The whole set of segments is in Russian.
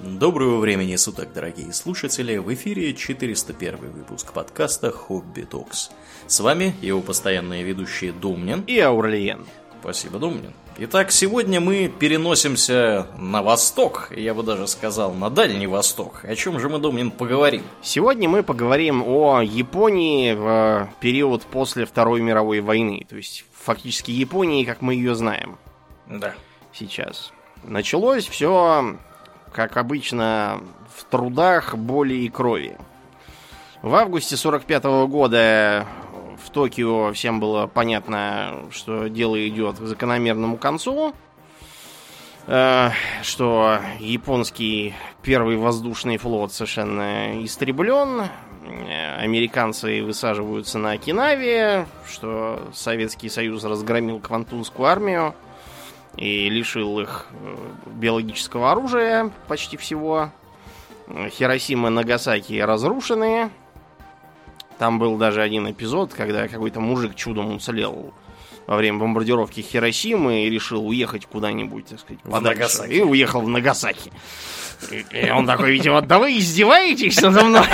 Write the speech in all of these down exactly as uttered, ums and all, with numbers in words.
Доброго времени суток, дорогие слушатели! В эфире четыреста первый выпуск подкаста «Хобби Токс». С вами его постоянные ведущие Домнин и Аурлиен. Спасибо, Домнин. Итак, сегодня мы переносимся на восток, я бы даже сказал, на Дальний Восток. О чем же мы, Домнин, поговорим? Сегодня мы поговорим о Японии в период после Второй мировой войны. То есть, фактически, Японии, как мы ее знаем. Да. Сейчас. Началось все, как обычно, в трудах, боли и крови. В августе сорок пятого года в Токио всем было понятно, что дело идет к закономерному концу, э, что японский первый воздушный флот совершенно истреблен, э, американцы высаживаются на Окинаве, что Советский Союз разгромил Квантунскую армию и лишил их биологического оружия почти всего. Хиросима и Нагасаки разрушены. Там был даже один эпизод, когда какой-то мужик чудом уцелел во время бомбардировки Хиросимы и решил уехать куда-нибудь, так сказать, подальше. И уехал в Нагасаки. И, и он такой, видимо, да вы издеваетесь надо мной?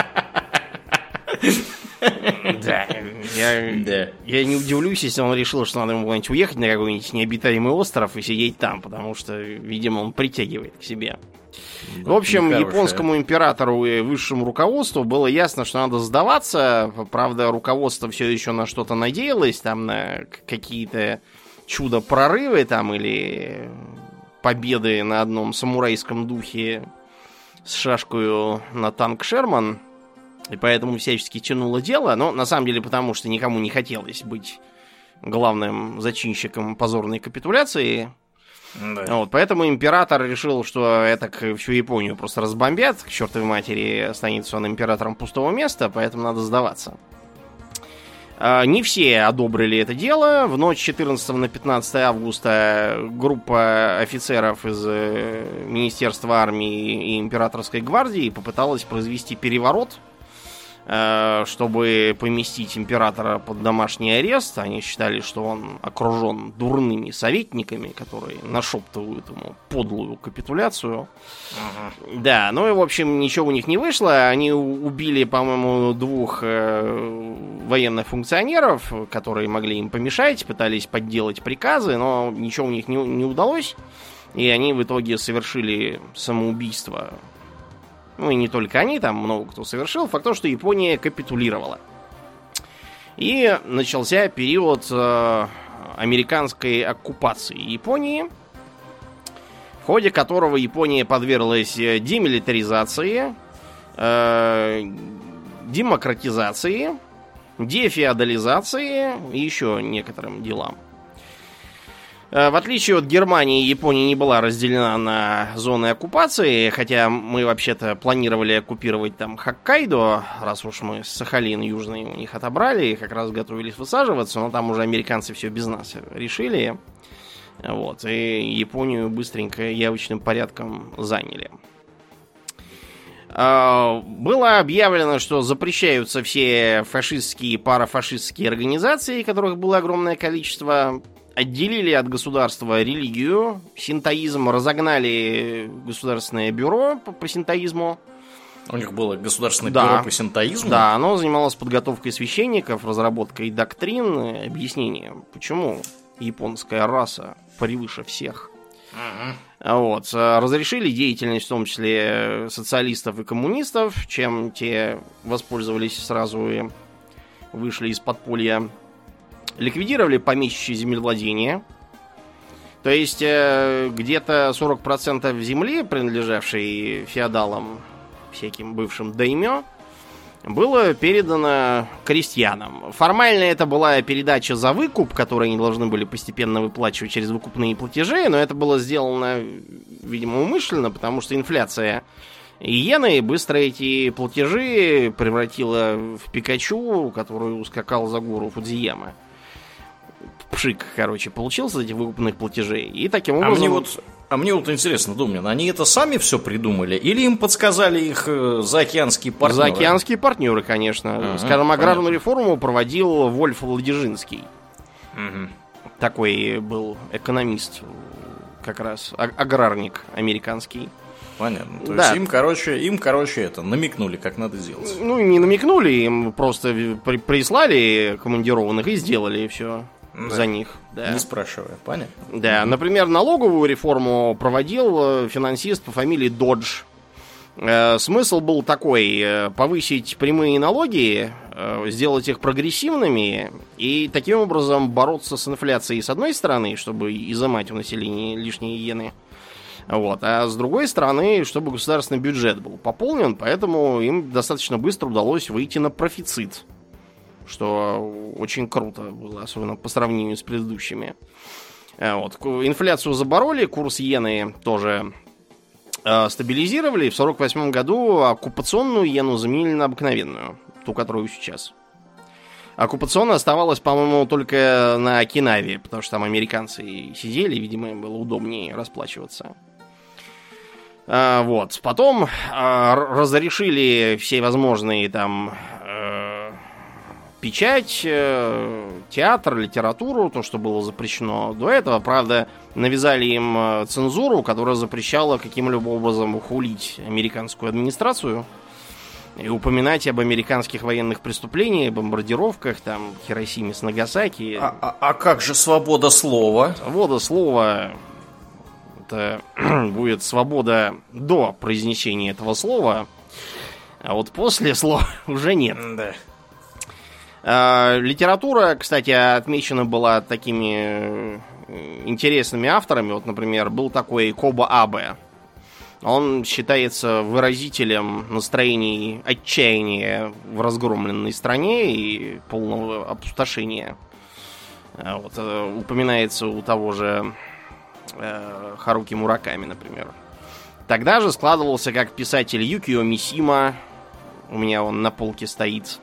Да, я, да. Я не удивлюсь, если он решил, что надо ему куда-нибудь уехать на какой-нибудь необитаемый остров и сидеть там, потому что, видимо, он притягивает к себе. Да, в общем, японскому императору и высшему руководству было ясно, что надо сдаваться. Правда, руководство все еще на что-то надеялось, там на какие-то чудо-прорывы там или победы на одном самурайском духе с шашкой на танк Шерман. И поэтому всячески тянуло дело, но на самом деле потому, что никому не хотелось быть главным зачинщиком позорной капитуляции. Да. Вот, поэтому император решил, что это всю Японию просто разбомбят, к чертовой матери останется он императором пустого места, поэтому надо сдаваться. А, не все одобрили это дело. В ночь с четырнадцатого на пятнадцатое августа группа офицеров из Министерства армии и Императорской гвардии попыталась произвести переворот, чтобы поместить императора под домашний арест. Они считали, что он окружен дурными советниками, которые нашептывают ему подлую капитуляцию. Ага. Да, ну и, в общем, ничего у них не вышло. Они убили, по-моему, двух э, военных функционеров, которые могли им помешать, пытались подделать приказы, но ничего у них не, не удалось. И они в итоге совершили самоубийство. Ну и не только они, там много кто совершил. Факт то, что Япония капитулировала. И начался период э, американской оккупации Японии, в ходе которого Япония подверглась демилитаризации, э, демократизации, дефеодализации и еще некоторым делам. В отличие от Германии, Япония не была разделена на зоны оккупации, хотя мы вообще-то планировали оккупировать там Хоккайдо, раз уж мы Сахалин южный у них отобрали, и как раз готовились высаживаться, но там уже американцы все без нас решили. Вот, и Японию быстренько явочным порядком заняли. Было объявлено, что запрещаются все фашистские и парафашистские организации, которых было огромное количество. Отделили от государства религию, синтоизм, разогнали государственное бюро по, по синтоизму. У них было государственное да. бюро по синтоизму? Да, оно занималось подготовкой священников, разработкой доктрин, объяснением, почему японская раса превыше всех. Uh-huh. Вот. Разрешили деятельность, в том числе социалистов и коммунистов, чем те воспользовались сразу и вышли из подполья. Ликвидировали помещичье землевладение. То есть э, где-то сорок процентов земли, принадлежавшей феодалам, всяким бывшим даймё, было передано крестьянам. Формально это была передача за выкуп, который они должны были постепенно выплачивать через выкупные платежи, но это было сделано, видимо, умышленно, потому что инфляция иены быстро эти платежи превратила в Пикачу, который ускакал за гору Фудзияма. Пшик, короче, получился эти выкупных платежей. И таким образом... А мне вот, а мне вот интересно, Домнин, они это сами все придумали? Или им подсказали их заокеанские партнеры? Заокеанские партнеры, конечно. Ага, Скажем, аграрную понятно. реформу проводил Вольф Ладижинский. Угу. Такой был экономист, как раз, аграрник американский. понятно. То да. есть им, короче, им, короче, это, намекнули, как надо делать. Ну, не намекнули, им просто при- прислали командированных и сделали, и все. Да. За них. Да. Не спрашивая, понятно. Да, mm-hmm. Например, налоговую реформу проводил финансист по фамилии Додж. Э, смысл был такой: повысить прямые налоги, э, сделать их прогрессивными и таким образом бороться с инфляцией с одной стороны, чтобы изымать у населения лишние иены. Вот. А с другой стороны, чтобы государственный бюджет был пополнен, поэтому им достаточно быстро удалось выйти на профицит. Что очень круто было, особенно по сравнению с предыдущими. Вот. Инфляцию забороли, курс иены тоже э, стабилизировали. В сорок восьмом году оккупационную иену заменили на обыкновенную, ту, которую сейчас. Оккупационная оставалась, по-моему, только на Окинаве, потому что там американцы сидели, видимо, им было удобнее расплачиваться. А, вот. Потом а, разрешили все возможные там... печать, театр, литературу, то, что было запрещено до этого. Правда, навязали им цензуру, которая запрещала каким-либо образом хулить американскую администрацию и упоминать об американских военных преступлениях, бомбардировках, там, Хиросиме с Нагасаки. А, а, а как же свобода слова? Свобода слова... Это будет свобода до произнесения этого слова, а вот после слова уже нет. Да. Uh, литература, кстати, отмечена была такими интересными авторами. Вот, например, был такой Коба Абе. Он считается выразителем настроений отчаяния в разгромленной стране и полного опустошения. Uh, вот, uh, упоминается у того же uh, Харуки Мураками, например. Тогда же складывался как писатель Юкио Мисима. У меня он на полке стоит.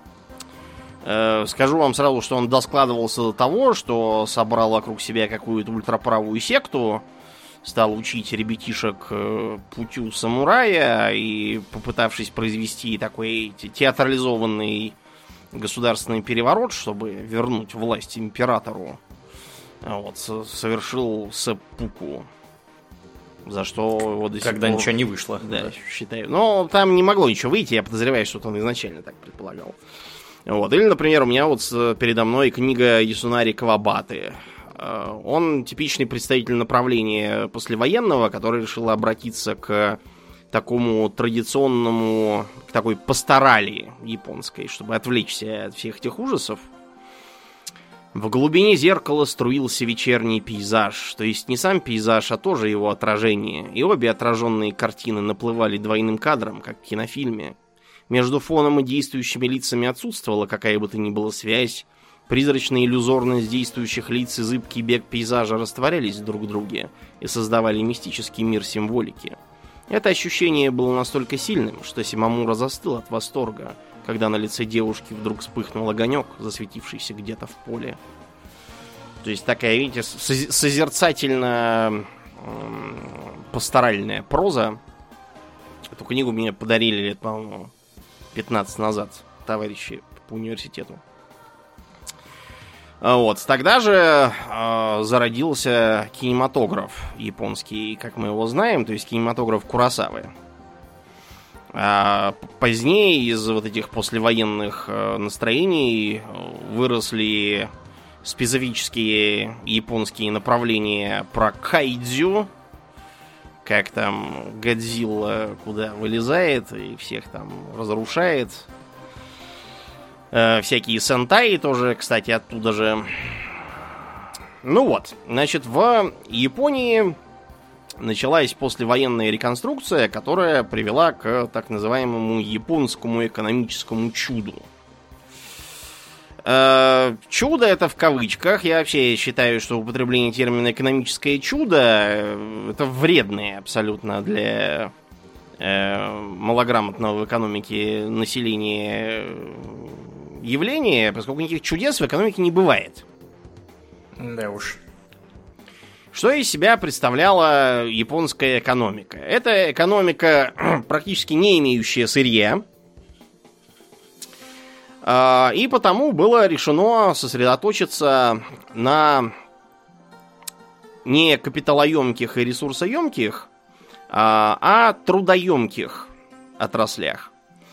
Скажу вам сразу, что он доскладывался до того, что собрал вокруг себя какую-то ультраправую секту, стал учить ребятишек путю самурая и, попытавшись произвести такой театрализованный государственный переворот, чтобы вернуть власть императору, вот, совершил сэппуку. За что его до сих Когда пор... ничего не вышло. Да, да, считаю. Но там не могло ничего выйти, я подозреваю, что он изначально так предполагал. Вот. Или, например, у меня вот передо мной книга Ясунари Кавабаты. Он типичный представитель направления послевоенного, который решил обратиться к такому традиционному, к такой пасторали японской, чтобы отвлечься от всех этих ужасов. В глубине зеркала струился вечерний пейзаж, то есть не сам пейзаж, а тоже его отражение. И обе отраженные картины наплывали двойным кадром, как в кинофильме. Между фоном и действующими лицами отсутствовала какая бы то ни была связь. Призрачная иллюзорность действующих лиц и зыбкий бег пейзажа растворялись друг в друге и создавали мистический мир символики. Это ощущение было настолько сильным, что Симамура застыл от восторга, когда на лице девушки вдруг вспыхнул огонек, засветившийся где-то в поле. То есть такая, видите, созерцательно пасторальная проза. Эту книгу мне подарили лет, по-моему, пятнадцать назад товарищи по университету. Вот. Тогда же э, зародился кинематограф японский, как мы его знаем, то есть кинематограф Куросавы. А позднее из вот этих послевоенных э, настроений выросли специфические японские направления про кайдзю, как там Годзилла куда вылезает и всех там разрушает. Э, всякие сентаи тоже, кстати, оттуда же. Ну вот, значит, в Японии началась послевоенная реконструкция, которая привела к так называемому японскому экономическому чуду. Чудо это в кавычках. Я вообще считаю, что употребление термина экономическое чудо это вредное абсолютно для э, малограмотного в экономике населения явление, поскольку никаких чудес в экономике не бывает. Да уж. Что из себя представляла японская экономика? Это экономика, практически не имеющая сырья. И потому было решено сосредоточиться на не капиталоемких и ресурсоемких о трудоемких отраслях.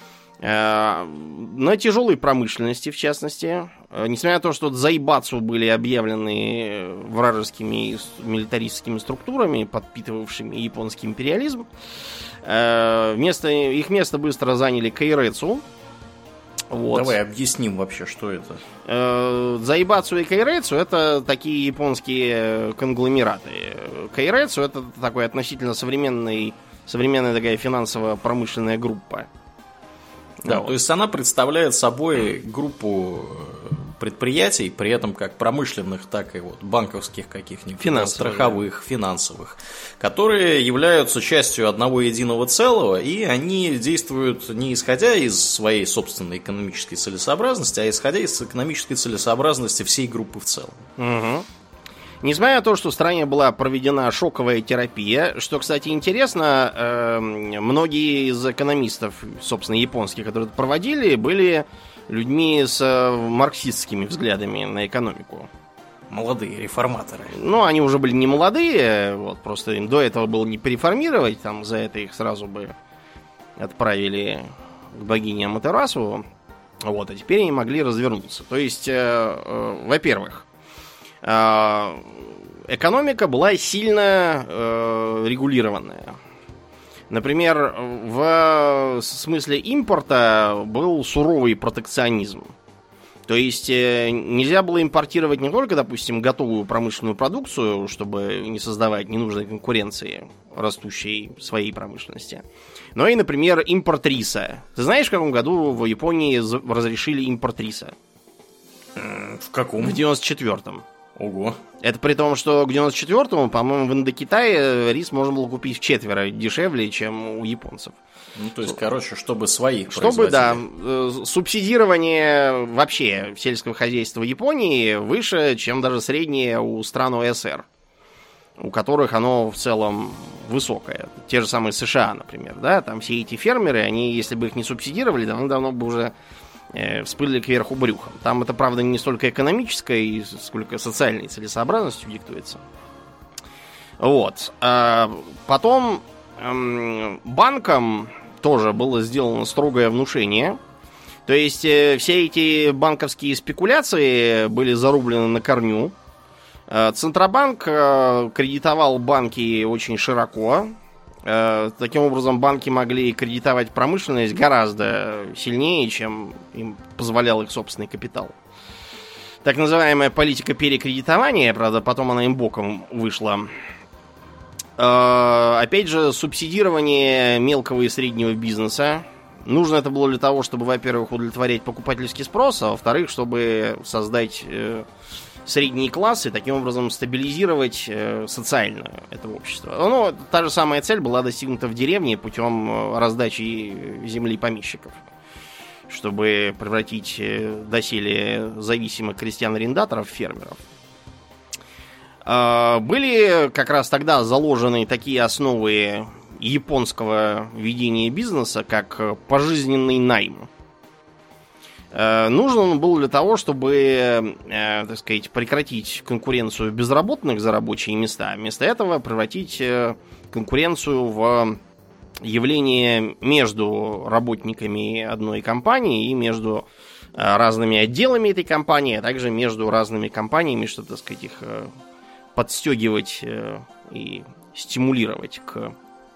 На тяжелой промышленности, в частности, несмотря на то, что дзайбацу были объявлены вражескими милитаристскими структурами, подпитывавшими японский империализм, вместо, их место быстро заняли кайрэцу. Вот. Давай объясним вообще, что это. Дзайбацу и кайрэцу — это такие японские конгломераты. Кайрэцу — это такой относительно современный, современная такая финансово-промышленная группа. Да, вот. То есть она представляет собой группу предприятий, при этом как промышленных, так и вот банковских каких-нибудь, финансовых, страховых, да. финансовых, которые являются частью одного единого целого, и они действуют не исходя из своей собственной экономической целесообразности, а исходя из экономической целесообразности всей группы в целом. Угу. Несмотря на то, что в стране была проведена шоковая терапия, что, кстати, интересно, э, многие из экономистов, собственно, японских, которые это проводили, были людьми с э, марксистскими взглядами на экономику. Молодые реформаторы. Ну, они уже были не молодые, вот, просто им до этого было не переформировать, там за это их сразу бы отправили к богине Аматерасу, вот, а теперь они могли развернуться. То есть, э, э, во-первых, экономика была сильно э, регулированная. Например, в смысле импорта был суровый протекционизм. То есть э, нельзя было импортировать не только, допустим, готовую промышленную продукцию, чтобы не создавать ненужной конкуренции растущей своей промышленности, но и, например, импорт риса. Ты знаешь, в каком году в Японии разрешили импорт риса? В каком? В девяносто четвёртом. Ого. Это при том, что к девяносто четвёртому, по-моему, в Индокитае рис можно было купить вчетверо дешевле, чем у японцев. Ну, то есть, короче, чтобы своих Чтобы, да, субсидирование вообще сельского хозяйства в Японии выше, чем даже среднее у стран ОСР, у которых оно в целом высокое. Те же самые США, например, да, там все эти фермеры, они, если бы их не субсидировали, давно-давно бы уже всплыли кверху брюхом. Там это, правда, не столько экономической, сколько социальной целесообразностью диктуется. Вот. А потом банкам тоже было сделано строгое внушение. То есть все эти банковские спекуляции были зарублены на корню. Центробанк кредитовал банки очень широко. Таким образом, банки могли кредитовать промышленность гораздо сильнее, чем им позволял их собственный капитал. Так называемая политика перекредитования, правда, потом она им боком вышла. Опять же, субсидирование мелкого и среднего бизнеса. Нужно это было для того, чтобы, во-первых, удовлетворять покупательский спрос, а во-вторых, чтобы создать средние классы, таким образом стабилизировать э, социально это общество. Ну, та же самая цель была достигнута в деревне путем раздачи земли помещиков, чтобы превратить э, доселе зависимых крестьян-арендаторов в фермеров. Э, были как раз тогда заложены такие основы японского ведения бизнеса, как пожизненный найм. Нужен он был для того, чтобы, э, так сказать, прекратить конкуренцию безработных за рабочие места. Вместо этого превратить конкуренцию в явление между работниками одной компании и между разными отделами этой компании, а также между разными компаниями, чтобы, так сказать, их подстегивать и стимулировать к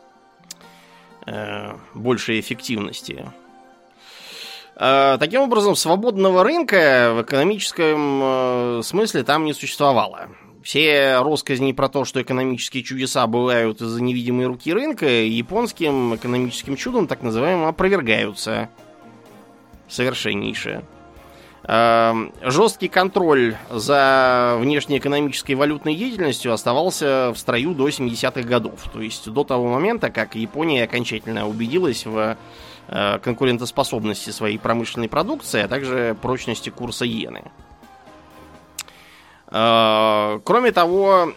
большей эффективности. Таким образом, свободного рынка в экономическом смысле там не существовало. Все россказни про то, что экономические чудеса бывают из-за невидимой руки рынка, японским экономическим чудом, так называемым, опровергаются совершеннейше. Жесткий контроль за внешнеэкономической валютной деятельностью оставался в строю до семидесятых годов. То есть до того момента, как Япония окончательно убедилась в конкурентоспособности своей промышленной продукции, а также прочности курса иены. Кроме того,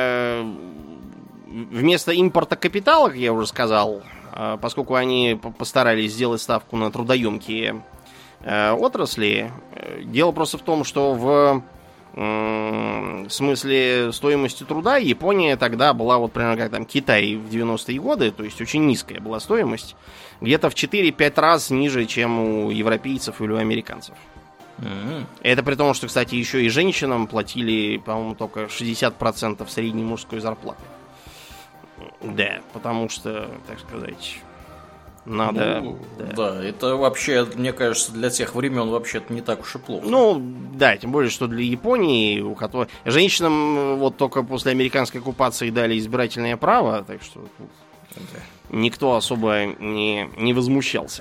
вместо импорта капитала, как я уже сказал, поскольку они постарались сделать ставку на трудоемкие отрасли, дело просто в том, что в в смысле стоимости труда Япония тогда была вот примерно как там Китай в девяностые годы, то есть очень низкая была стоимость, где-то в четыре-пять раз ниже, чем у европейцев или у американцев. Mm-hmm. Это при том, что, кстати, еще и женщинам платили, по-моему, только шестьдесят процентов средней мужской зарплаты. Да, потому что, так сказать... Надо. Ну, да. да, это вообще, мне кажется, для тех времен вообще-то не так уж и плохо. Ну, да, тем более, что для Японии, у которой женщинам вот только после американской оккупации дали избирательное право, так что да. никто особо не, не возмущался.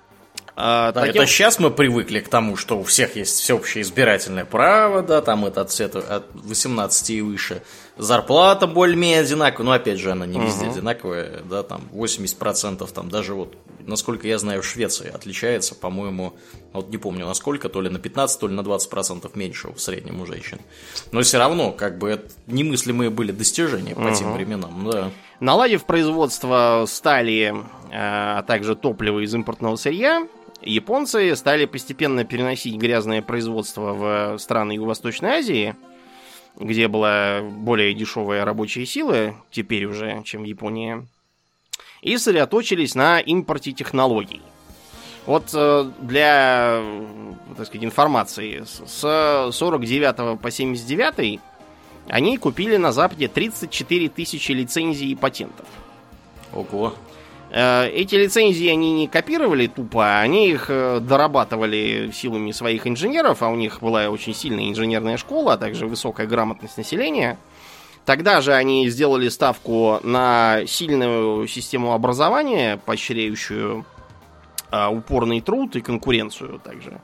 А, да, таким... Это сейчас мы привыкли к тому, что у всех есть всеобщее избирательное право, да, там это от, от восемнадцати и выше. Зарплата более-менее одинаковая, но опять же она не везде uh-huh. одинаковая, да, там восемьдесят процентов, там даже вот, насколько я знаю, в Швеции отличается, по-моему, вот не помню насколько, то ли на пятнадцать, то ли на двадцать процентов меньше в среднем у женщин. Но все равно, как бы, это немыслимые были достижения uh-huh. по тем временам, да. Наладив производство стали, а также топлива из импортного сырья, японцы стали постепенно переносить грязное производство в страны Юго-Восточной Азии, где была более дешевая рабочая сила, теперь уже, чем в Японии, и сосредоточились на импорте технологий. Вот для, так сказать, информации, с сорок девятого по семьдесят девятый они купили на Западе тридцать четыре тысячи лицензий и патентов. Ого! Эти лицензии они не копировали тупо, они их дорабатывали силами своих инженеров, а у них была очень сильная инженерная школа, а также высокая грамотность населения. Тогда же они сделали ставку на сильную систему образования, поощряющую а, упорный труд и конкуренцию также.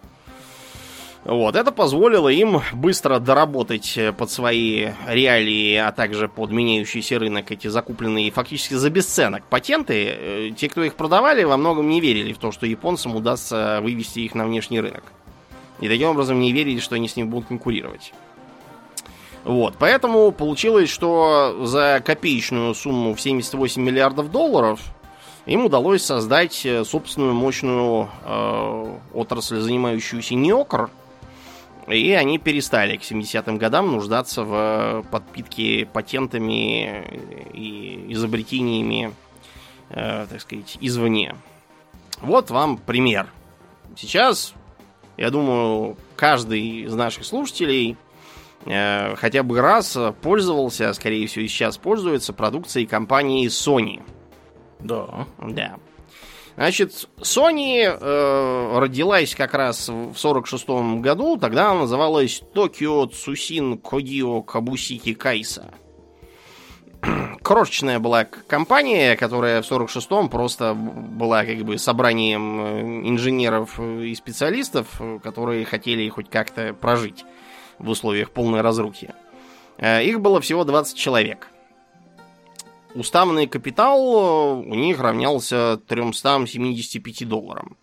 Вот, это позволило им быстро доработать под свои реалии, а также под меняющийся рынок эти закупленные фактически за бесценок патенты. Те, кто их продавали, во многом не верили в то, что японцам удастся вывести их на внешний рынок. И таким образом не верили, что они с ним будут конкурировать. Вот, поэтому получилось, что за копеечную сумму в семьдесят восемь миллиардов долларов им удалось создать собственную мощную э, отрасль, занимающуюся неокр. И они перестали к семидесятым годам нуждаться в подпитке патентами и изобретениями, э, так сказать, извне. Вот вам пример. Сейчас, я думаю, каждый из наших слушателей э, хотя бы раз пользовался, скорее всего, и сейчас пользуется продукцией компании Sony. Да. Да. Значит, Sony э, родилась как раз в сорок шестом году, тогда она называлась Tokyo Tsushin Kogyo Kabusiki Kaisa. Крошечная была компания, которая в сорок шестом просто была как бы собранием инженеров и специалистов, которые хотели хоть как-то прожить в условиях полной разрухи. Их было всего двадцать человек. Уставный капитал у них равнялся триста семьдесят пять долларам.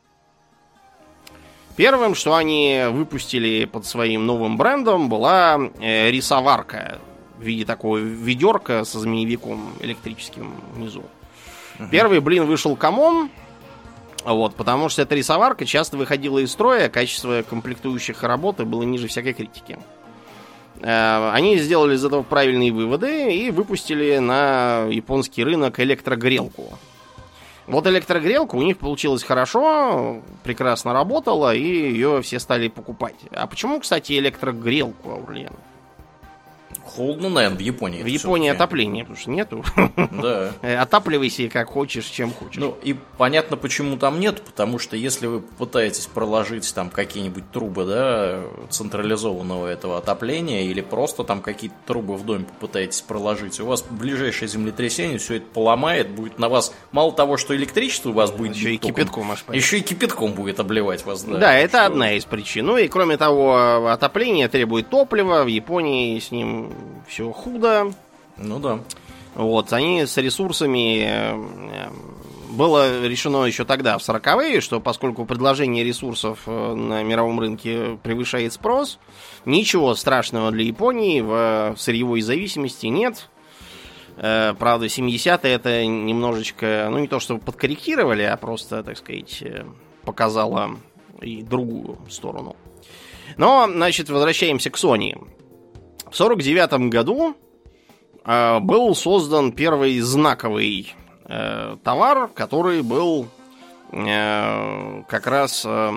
Первым, что они выпустили под своим новым брендом, была э, рисоварка в виде такого ведерка со змеевиком электрическим внизу. Uh-huh. Первый блин вышел комом, вот, потому что эта рисоварка часто выходила из строя, качество комплектующих и работы было ниже всякой критики. Они сделали из этого правильные выводы и выпустили на японский рынок электрогрелку. Вот электрогрелка у них получилась хорошо, прекрасно работала, и ее все стали покупать. А почему, кстати, электрогрелку, Аурлиен? Холодно, наверное, в Японии. В Японии отопления, потому что нету. Да. Отапливайся как хочешь, чем хочешь. Ну, и понятно, почему там нет, потому что если вы пытаетесь проложить там какие-нибудь трубы, да, централизованного этого отопления, или просто там какие-то трубы в доме попытаетесь проложить, у вас ближайшее землетрясение все это поломает, будет на вас, мало того, что электричество у вас будет еще и кипятком, еще и кипятком будет обливать вас. Да, да, это что... одна из причин. Ну и кроме того, отопление требует топлива, в Японии с ним все худо. Ну да. Вот, они с ресурсами... Было решено еще тогда, в сороковые, что поскольку предложение ресурсов на мировом рынке превышает спрос, ничего страшного для Японии в сырьевой зависимости нет. Правда, семидесятые это немножечко, ну не то чтобы подкорректировали, а просто, так сказать, показало и другую сторону. Но, значит, возвращаемся к Sony. В сорок девятом году э, был создан первый знаковый э, товар, который был э, как раз э,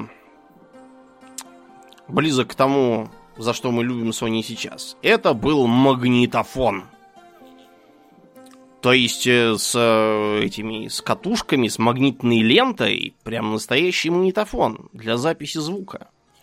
близок к тому, за что мы любим Sony сейчас. Это был магнитофон. То есть с этими, с катушками, с магнитной лентой, прям настоящий магнитофон для записи звука.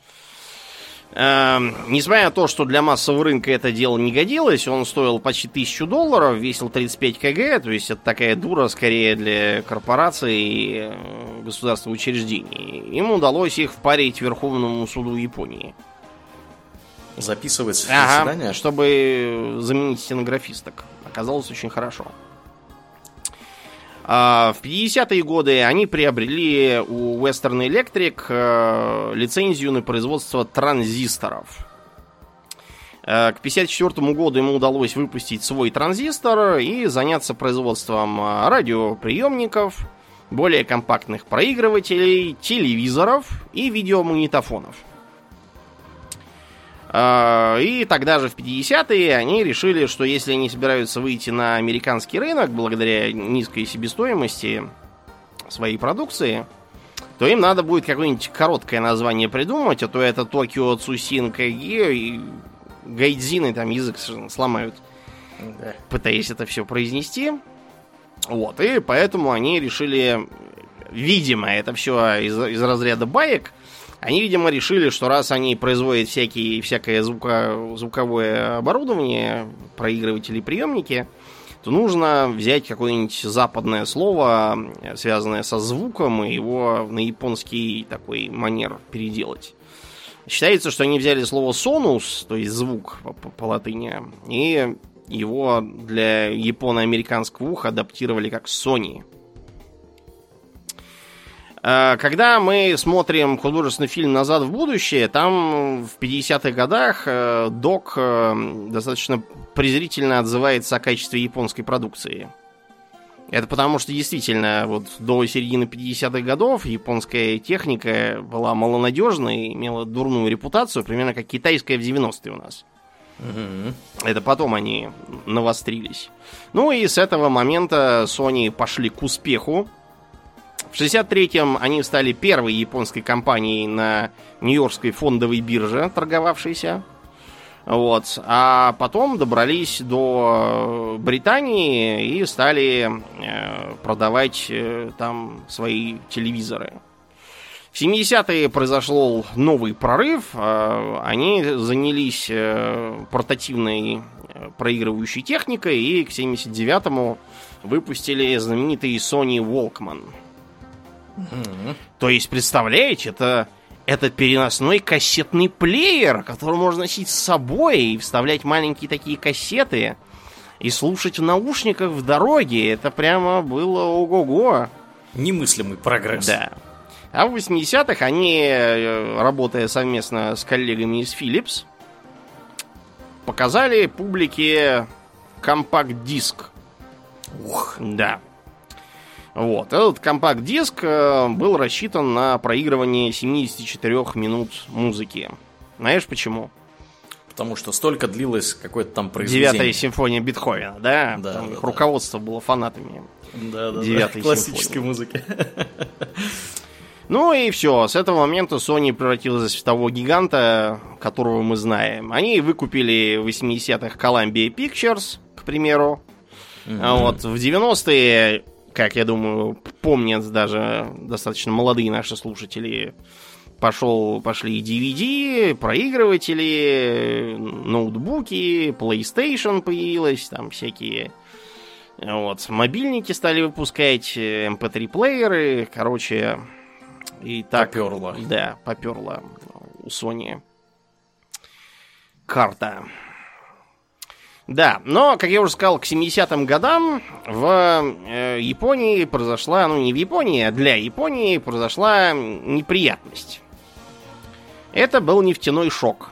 Э, несмотря на то, что для массового рынка это дело не годилось, он стоил почти тысячу долларов, весил тридцать пять килограмм, то есть это такая дура скорее для корпораций и государственных учреждений. Им удалось их впарить Верховному суду Японии. Записывать ага, заседание? Чтобы заменить стенографисток. Оказалось очень хорошо. В пятидесятые годы они приобрели у Western Electric лицензию на производство транзисторов. К пятьдесят четвёртому году ему удалось выпустить свой транзистор и заняться производством радиоприемников, более компактных проигрывателей, телевизоров и видеомагнитофонов. И тогда же в пятидесятые они решили, что если они собираются выйти на американский рынок благодаря низкой себестоимости своей продукции, то им надо будет какое-нибудь короткое название придумать, а то это Токио, Цусин, Кэги и гайдзины там язык сломают, да, пытаясь это все произнести. Вот, и поэтому они решили, видимо, это все из, из разряда баек. Они, видимо, решили, что раз они производят всякие, всякое звука, звуковое оборудование, проигрыватели, приемники, то нужно взять какое-нибудь западное слово, связанное со звуком, и его на японский такой манер переделать. Считается, что они взяли слово «сонус», то есть звук по, по, по латыни, и его для японо-американского уха адаптировали как «Sony». Когда мы смотрим художественный фильм «Назад в будущее», там в пятидесятых годах Док достаточно презрительно отзывается о качестве японской продукции. Это потому, что действительно вот до середины пятидесятых годов японская техника была малонадежной, имела дурную репутацию, примерно как китайская в девяностые у нас. Угу. Это потом они навострились. Ну и с этого момента Sony пошли к успеху. В шестьдесят третьем они стали первой японской компанией на Нью-Йоркской фондовой бирже, торговавшейся. Вот. А потом добрались до Британии и стали э, продавать э, там свои телевизоры. В семидесятые произошел новый прорыв. Э, они занялись э, портативной э, проигрывающей техникой и к семьдесят девятому выпустили знаменитый Sony Walkman. Mm-hmm. То есть, представляете, это, это переносной кассетный плеер, который можно носить с собой и вставлять маленькие такие кассеты и слушать в наушниках в дороге. Это прямо было ого-го. Немыслимый прогресс. Да. А в восьмидесятых они, работая совместно с коллегами из Philips, показали публике компакт-диск. Ух. Да. Вот. Этот компакт-диск был рассчитан на проигрывание семьдесят четыре минут музыки. Знаешь почему? Потому что столько длилось какое-то там произведение. Девятая симфония Бетховена, да? Да, там да, их да. руководство было фанатами. Да, да, Девятой да. Классической симфонии. музыки. Ну и все. С этого момента Sony превратилась в того гиганта, которого мы знаем. Они выкупили в восьмидесятых Columbia Pictures, к примеру. Mm-hmm. А вот в девяностые, как я думаю, помнят даже достаточно молодые наши слушатели, пошел, пошли ди ви ди, проигрыватели, ноутбуки, PlayStation появилась, там всякие... Вот, мобильники стали выпускать, эм пи три плееры, короче, и так... Поперло. Да, поперло у Sony карта. Да, но, как я уже сказал, к семидесятым годам в э, Японии произошла, ну не в Японии, а для Японии произошла неприятность. Это был нефтяной шок.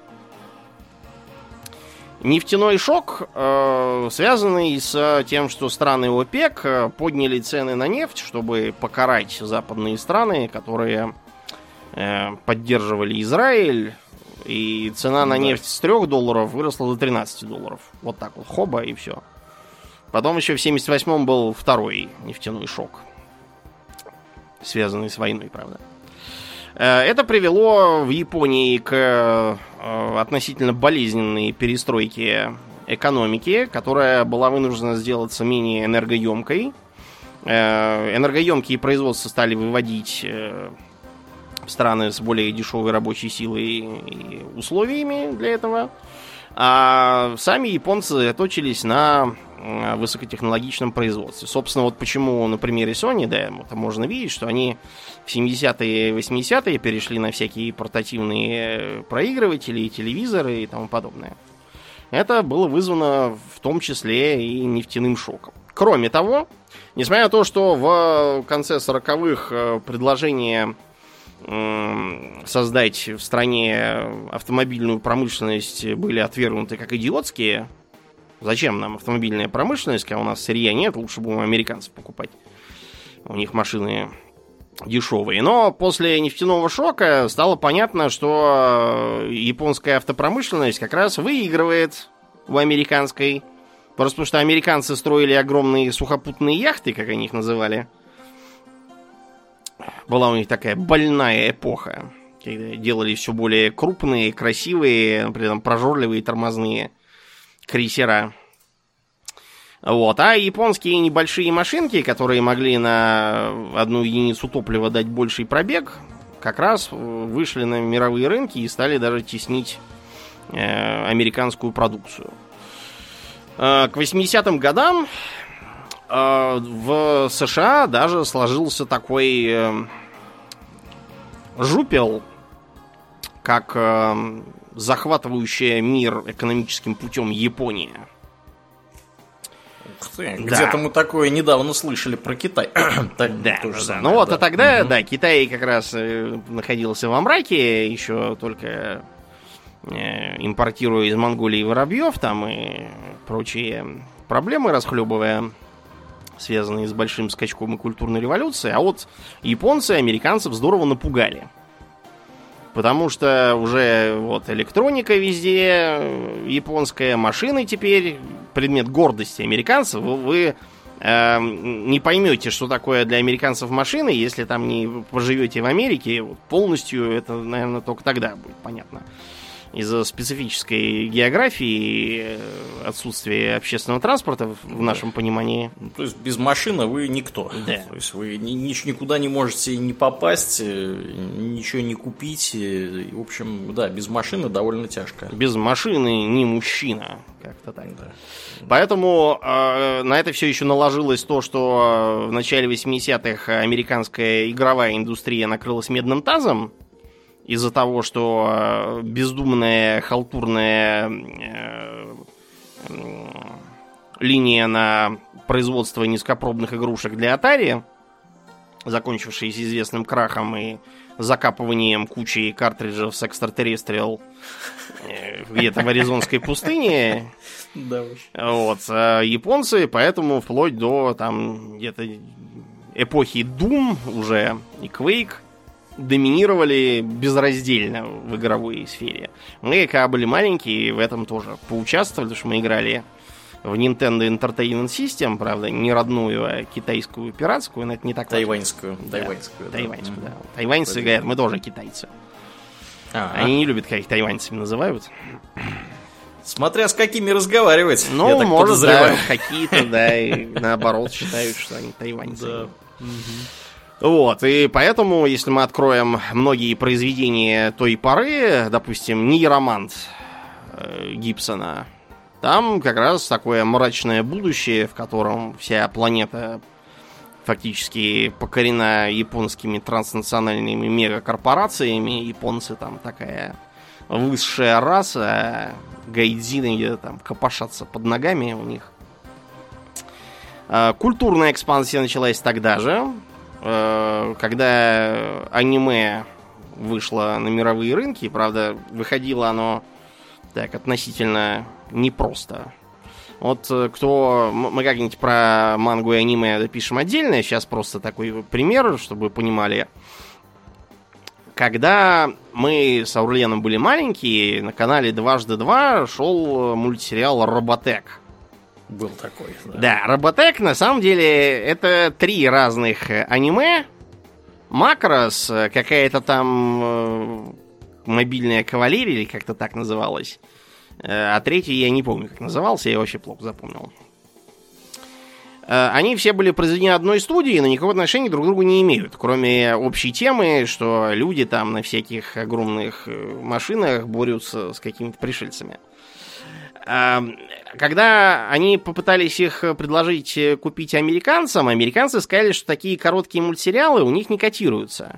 Нефтяной шок, э, связанный с тем, что страны ОПЕК подняли цены на нефть, чтобы покарать западные страны, которые э, поддерживали Израиль И цена на нефть с трех долларов выросла до тринадцати долларов. Вот так вот, хоба, и все. Потом еще в семьдесят восьмом был второй нефтяной шок, связанный с войной, правда. Это привело в Японии к относительно болезненной перестройке экономики, которая была вынуждена сделаться менее энергоемкой. Энергоемкие производства стали выводить в страны с более дешевой рабочей силой и условиями для этого. А сами японцы заточились на высокотехнологичном производстве. Собственно, вот почему на примере Sony, да, это можно видеть, что они в семидесятые и восьмидесятые перешли на всякие портативные проигрыватели, телевизоры и тому подобное. Это было вызвано в том числе и нефтяным шоком. Кроме того, несмотря на то, что в конце сороковых предложение создать в стране автомобильную промышленность были отвергнуты как идиотские. Зачем нам автомобильная промышленность, когда у нас сырья нет, лучше будем американцев покупать. У них машины дешевые. Но после нефтяного шока стало понятно, что японская автопромышленность как раз выигрывает у американской. Просто потому что американцы строили огромные сухопутные яхты, как они их называли. Была у них такая больная эпоха, когда делали все более крупные, красивые, при этом прожорливые тормозные крейсера. Вот. А японские небольшие машинки, которые могли на одну единицу топлива дать больший пробег, как раз вышли на мировые рынки и стали даже теснить э, американскую продукцию. Э, к восьмидесятым годам э, в США даже сложился такой э, жупел, как э, захватывающая мир экономическим путем Япония. Ух ты, да. Где-то мы такое недавно слышали про Китай. Так, да, то же да. самое, Ну вот, да. а тогда, угу. да, Китай как раз э, находился во мраке, еще только э, импортируя из Монголии воробьев там и прочие проблемы расхлебывая, связанные с большим скачком и культурной революцией. А вот японцы американцев здорово напугали. Потому что уже вот электроника везде, японская, машины теперь предмет гордости американцев. Вы, вы э, не поймете, что такое для американцев машины, если там не поживете в Америке. Вот полностью это, наверное, только тогда будет понятно. Из-за специфической географии, отсутствия общественного транспорта в нашем понимании. Ну, то есть без машины вы никто. Да. То есть вы ни, ни, никуда не можете не попасть, ничего не купить. И, в общем, да, без машины довольно тяжко. Без машины не мужчина. Как-то так. Да. Поэтому э, на это все еще наложилось то, что в начале восьмидесятых американская игровая индустрия накрылась медным тазом. Из-за того, что бездумная, халтурная э, э, линия на производство низкопробных игрушек для Atari, закончившаяся известным крахом и закапыванием кучи картриджев с Extraterrestrial э, где-то в Аризонской пустыне. Да уж. Вот. А японцы, поэтому вплоть до там где-то эпохи Doom уже и Quake доминировали безраздельно в игровой сфере. Мы, когда были маленькие, в этом тоже поучаствовали, потому что мы играли в Nintendo Entertainment System, правда, не родную, а китайскую, пиратскую, но это не так Тайваньскую. Да, Тайваньскую, да. Тайваньскую, да. Тайваньцы mm-hmm. говорят, мы тоже китайцы. А-а. Они не любят, когда их тайваньцами называют. Смотря с какими разговаривать, ну, я так может, подозреваю. Да, какие-то, да, и наоборот считают, что они тайваньцы. Да. Вот, и поэтому, если мы откроем многие произведения той поры, допустим, «Нейромант» Гибсона, там как раз такое мрачное будущее, в котором вся планета фактически покорена японскими транснациональными мегакорпорациями. Японцы там такая высшая раса, гайдзины где-то там копошатся под ногами у них. Культурная экспансия началась тогда же, когда аниме вышло на мировые рынки. Правда, выходило оно так относительно непросто. Вот кто... Мы как-нибудь про мангу и аниме допишем отдельно. Сейчас просто такой пример, чтобы вы понимали. когда мы с Аурленом были маленькие, на канале Дважды Два шел мультсериал «Роботек». Был такой, да. Да, «Роботек» на самом деле это три разных аниме. «Макрос», какая-то там мобильная кавалерия, или как-то так называлась. А третий я не помню, как назывался, я вообще плохо запомнил. Они все были произведены одной студией, но никакого отношения друг к другу не имеют, кроме общей темы, что люди там на всяких огромных машинах борются с какими-то пришельцами. Когда они попытались их предложить купить американцам, американцы сказали, что такие короткие мультсериалы у них не котируются.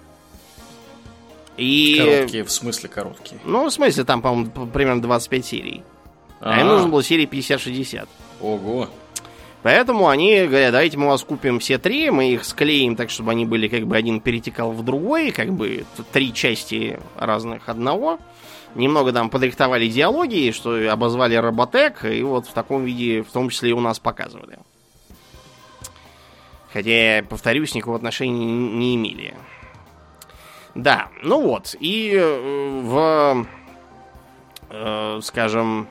И... Короткие, в смысле короткие? Ну, в смысле, там, по-моему, примерно двадцать пять серий. А, а им нужно было серии пятьдесят-шестьдесят. Ого. Поэтому они говорят, давайте мы у вас купим все три, мы их склеим так, чтобы они были как бы один перетекал в другой, как бы три части разных одного. Немного там подрихтовали диалоги, что обозвали «Роботек», и вот в таком виде, в том числе и у нас показывали. Хотя, повторюсь, никакого отношения не имели. Да, ну вот, и в, э, скажем,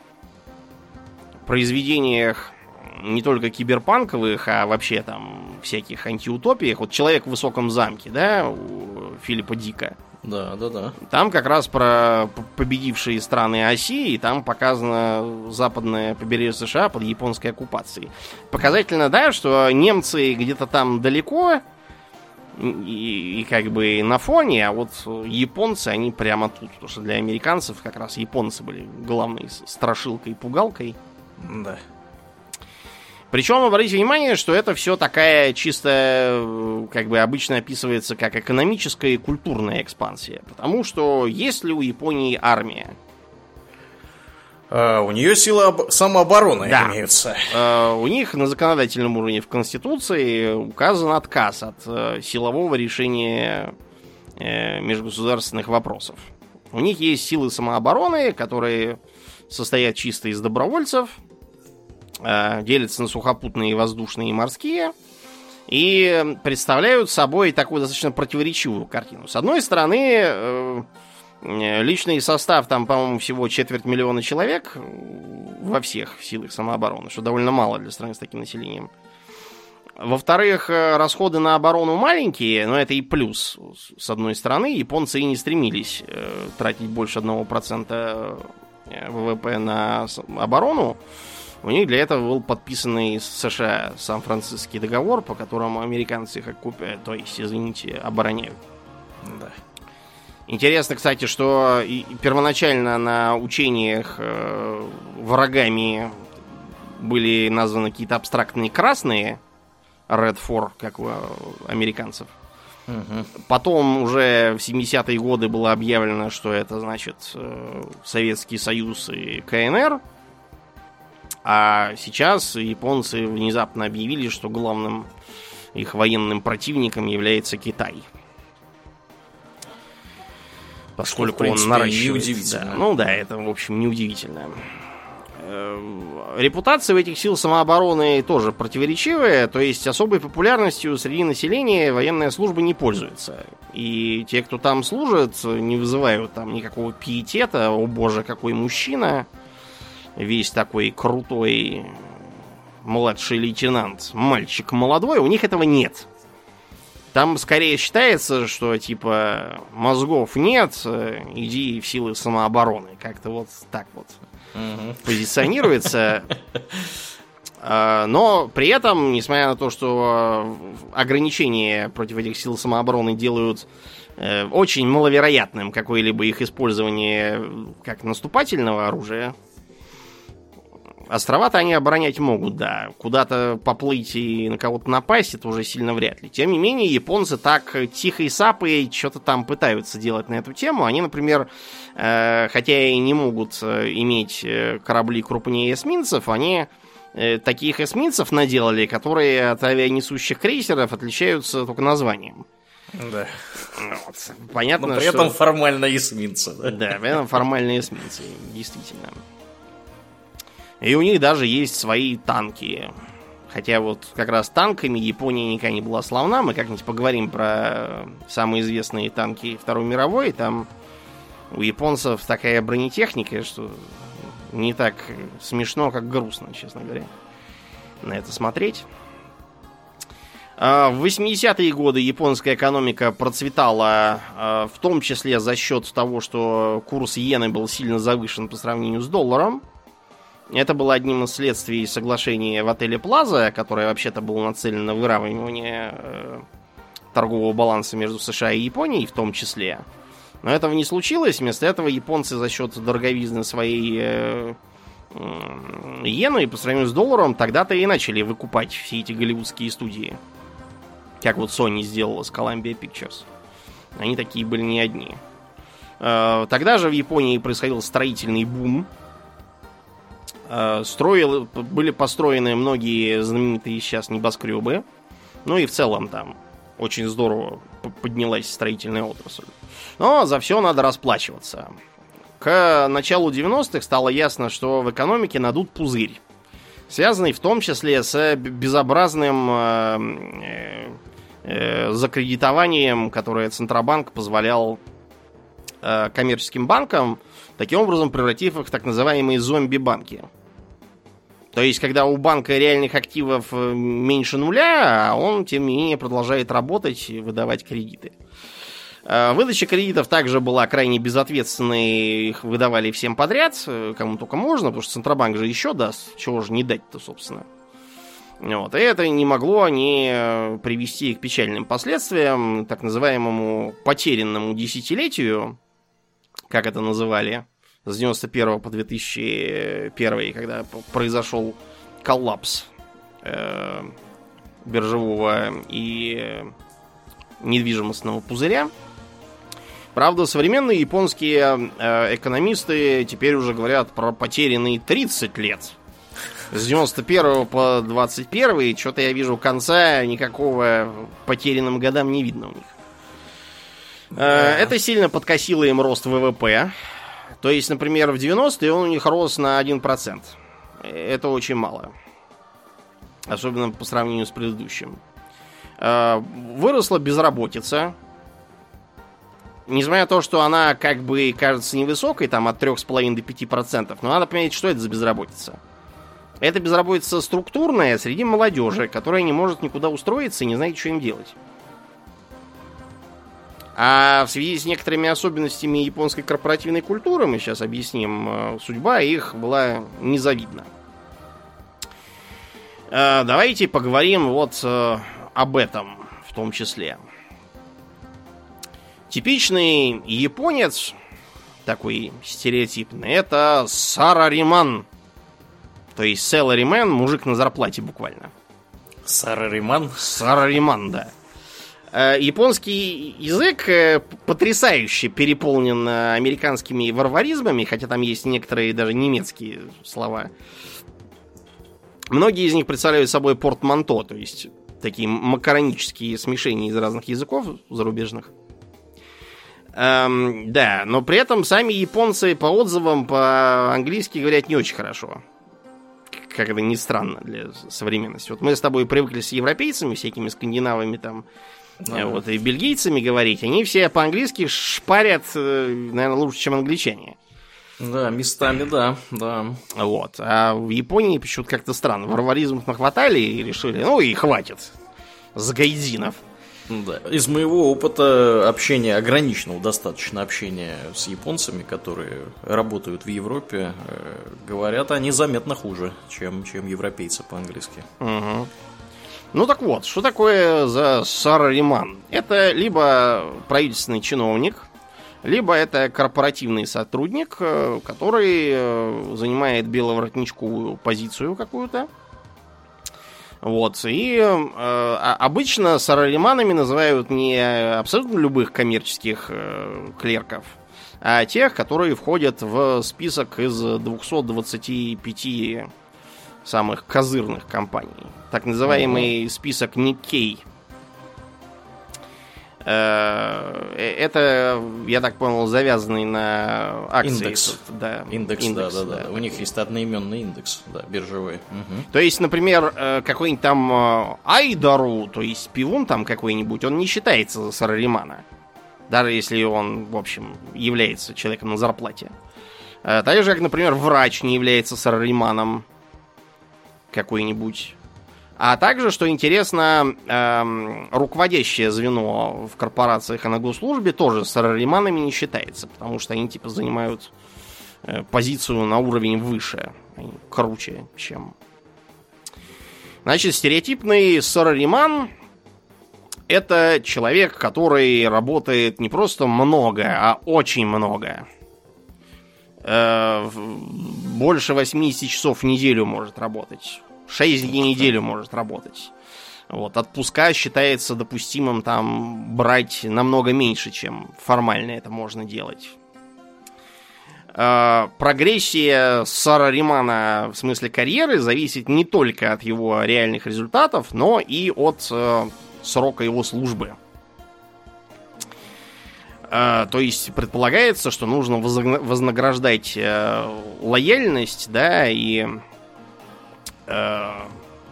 произведениях не только киберпанковых, а вообще там всяких антиутопиях. Вот «Человек в высоком замке», да, у Филиппа Дика. Да, да, да. Там как раз про победившие страны оси, и там показано западное побережье США под японской оккупацией. Показательно, да, что немцы где-то там далеко и, и как бы на фоне, а вот японцы, они прямо тут. Потому что для американцев как раз японцы были главной страшилкой и пугалкой. Да. Причем, обратите внимание, что это все такая чисто, как бы обычно описывается как экономическая и культурная экспансия. Потому что есть ли у Японии армия? А, у нее силы об... самообороны да. имеются. А, у них на законодательном уровне в Конституции указан отказ от э, силового решения э, межгосударственных вопросов. У них есть силы самообороны, которые состоят чисто из добровольцев, делятся на сухопутные, воздушные и морские, и представляют собой такую достаточно противоречивую картину. С одной стороны, личный состав, там, по-моему, всего четверть миллиона человек во всех силах самообороны, что довольно мало для страны с таким населением. Во-вторых, расходы на оборону маленькие, но это и плюс. С одной стороны, японцы и не стремились тратить больше одного процента ВВП на оборону. У них для этого был подписанный с США Сан-Франциский договор, по которому американцы их оккупируют, то есть, извините, обороняют. Да. Интересно, кстати, что и первоначально на учениях э, врагами были названы какие-то абстрактные красные, Red Four, как у американцев. Угу. Потом уже в семидесятые годы было объявлено, что это, значит, э, Советский Союз и КНР. А сейчас японцы внезапно объявили, что главным их военным противником является Китай. Поскольку что, в принципе, он наращивает. Неудивительно. Да. Ну да, это, в общем, неудивительно. Репутация у этих сил самообороны тоже противоречивая, то есть особой популярностью среди населения военная служба не пользуется. И те, кто там служит, не вызывают там никакого пиетета. О боже, какой мужчина! Весь такой крутой младший лейтенант, мальчик молодой, у них этого нет. Там скорее считается, что типа мозгов нет, иди в силы самообороны. Как-то вот так вот угу. позиционируется. Но при этом, несмотря на то, что ограничения против этих сил самообороны делают очень маловероятным какое-либо их использование как наступательного оружия, острова-то они оборонять могут, да. Куда-то поплыть и на кого-то напасть, это уже сильно вряд ли. Тем не менее, японцы так тихой сапой что-то там пытаются делать на эту тему. Они, например, э, хотя и не могут иметь корабли крупнее эсминцев, они э, таких эсминцев наделали, которые от авианесущих крейсеров отличаются только названием. Да. Вот. Понятно, но при что... этом формально эсминцы. Да, да при этом формально эсминцы, действительно. И у них даже есть свои танки. Хотя вот как раз танками Япония никогда не была славна. Мы как-нибудь поговорим про самые известные танки Второй мировой. Там у японцев такая бронетехника, что не так смешно, как грустно, честно говоря, на это смотреть. В восьмидесятые годы японская экономика процветала, в том числе за счет того, что курс иены был сильно завышен по сравнению с долларом. Это было одним из следствий соглашения в отеле Плаза, которое вообще-то было нацелено на выравнивание э, торгового баланса между США и Японией в том числе. Но этого не случилось. Вместо этого японцы за счет дороговизны своей э, э, иены по сравнению с долларом тогда-то и начали выкупать все эти голливудские студии. Как вот Sony сделала с Columbia Pictures. Они такие были не одни. Э, тогда же в Японии происходил строительный бум. Строил, были построены многие знаменитые сейчас небоскребы. Ну и в целом там очень здорово поднялась строительная отрасль. Но за все надо расплачиваться. К началу девяностых стало ясно, что в экономике надут пузырь, связанный в том числе с безобразным э, э, закредитованием, которое Центробанк позволял э, коммерческим банкам, таким образом превратив их в так называемые зомби-банки. То есть, когда у банка реальных активов меньше нуля, а он, тем не менее, продолжает работать и выдавать кредиты. Выдача кредитов также была крайне безответственной, их выдавали всем подряд, кому только можно, потому что Центробанк же еще даст, чего же не дать-то, собственно. Вот. И это не могло не привести к печальным последствиям, так называемому потерянному десятилетию, как это называли, с девяносто первого по две тысячи первый, когда произошел коллапс э, биржевого и недвижимостного пузыря. Правда, современные японские э, экономисты теперь уже говорят про потерянные тридцать лет. С девяносто первого по двадцать первый, что-то я вижу конца, никакого потерянным годам не видно у них. Э, это сильно подкосило им рост ВВП. То есть, например, в девяностые он у них рос на один процент. Это очень мало. Особенно по сравнению с предыдущим. Выросла безработица. Несмотря на то, что она как бы кажется невысокой, там от трех с половиной до пяти процентов, но надо понять, что это за безработица. Это безработица структурная среди молодежи, которая не может никуда устроиться и не знает, что им делать. А в связи с некоторыми особенностями японской корпоративной культуры, мы сейчас объясним, судьба их была незавидна. Давайте поговорим вот об этом в том числе. Типичный японец, такой стереотипный, это сарариман. То есть salaryman, мужик на зарплате буквально. Сарариман? Сарариман, да. Японский язык потрясающе переполнен американскими варваризмами, хотя там есть некоторые даже немецкие слова. Многие из них представляют собой портманто, то есть такие макаронические смешения из разных языков зарубежных. Эм, да, но при этом сами японцы по отзывам по-английски говорят не очень хорошо. Как это ни странно для современности. Вот мы с тобой привыкли с европейцами, всякими скандинавами там, а. вот, и бельгийцами говорить. Они все по-английски шпарят, наверное, лучше, чем англичане. Да, местами, да, да. Вот. А в Японии почему-то как-то странно. Варваризмов нахватали и решили, ну и хватит с гайдзинов. Да. Из моего опыта общения, ограниченного достаточно общения с японцами, которые работают в Европе, говорят они заметно хуже, чем, чем европейцы по-английски. Угу. Ну так вот, что такое за сарариман? Это либо правительственный чиновник, либо это корпоративный сотрудник, который занимает беловоротничковую позицию какую-то. Вот. И э, обычно сарариманами называют не абсолютно любых коммерческих э, клерков, а тех, которые входят в список из двухсот двадцати пяти самых козырных компаний. Так называемый mm-hmm. список Никкей. Это, я так понял, завязанный на акции. Индекс. Да, индекс, индекс да, да, да, да. У них есть одноименный индекс, да, биржевой. Угу. То есть, например, какой-нибудь там Айдару, то есть пивун там какой-нибудь, он не считается за сараримана. Даже если он, в общем, является человеком на зарплате. Так же, как, например, врач не является сарариманом какой-нибудь. А также, что интересно, эм, руководящее звено в корпорациях и на госслужбе тоже сарариманами не считается, потому что они типа занимают э, позицию на уровень выше, они круче, чем... Значит, стереотипный сарариман — это человек, который работает не просто много, а очень много. Э, больше восемьдесят часов в неделю может работать. шесть дней в неделю может работать. Вот. Отпуска считается допустимым там брать намного меньше, чем формально это можно делать. Э, прогрессия сараримана в смысле карьеры зависит не только от его реальных результатов, но и от э, срока его службы. Э, то есть предполагается, что нужно вознаграждать э, лояльность, да, и Э,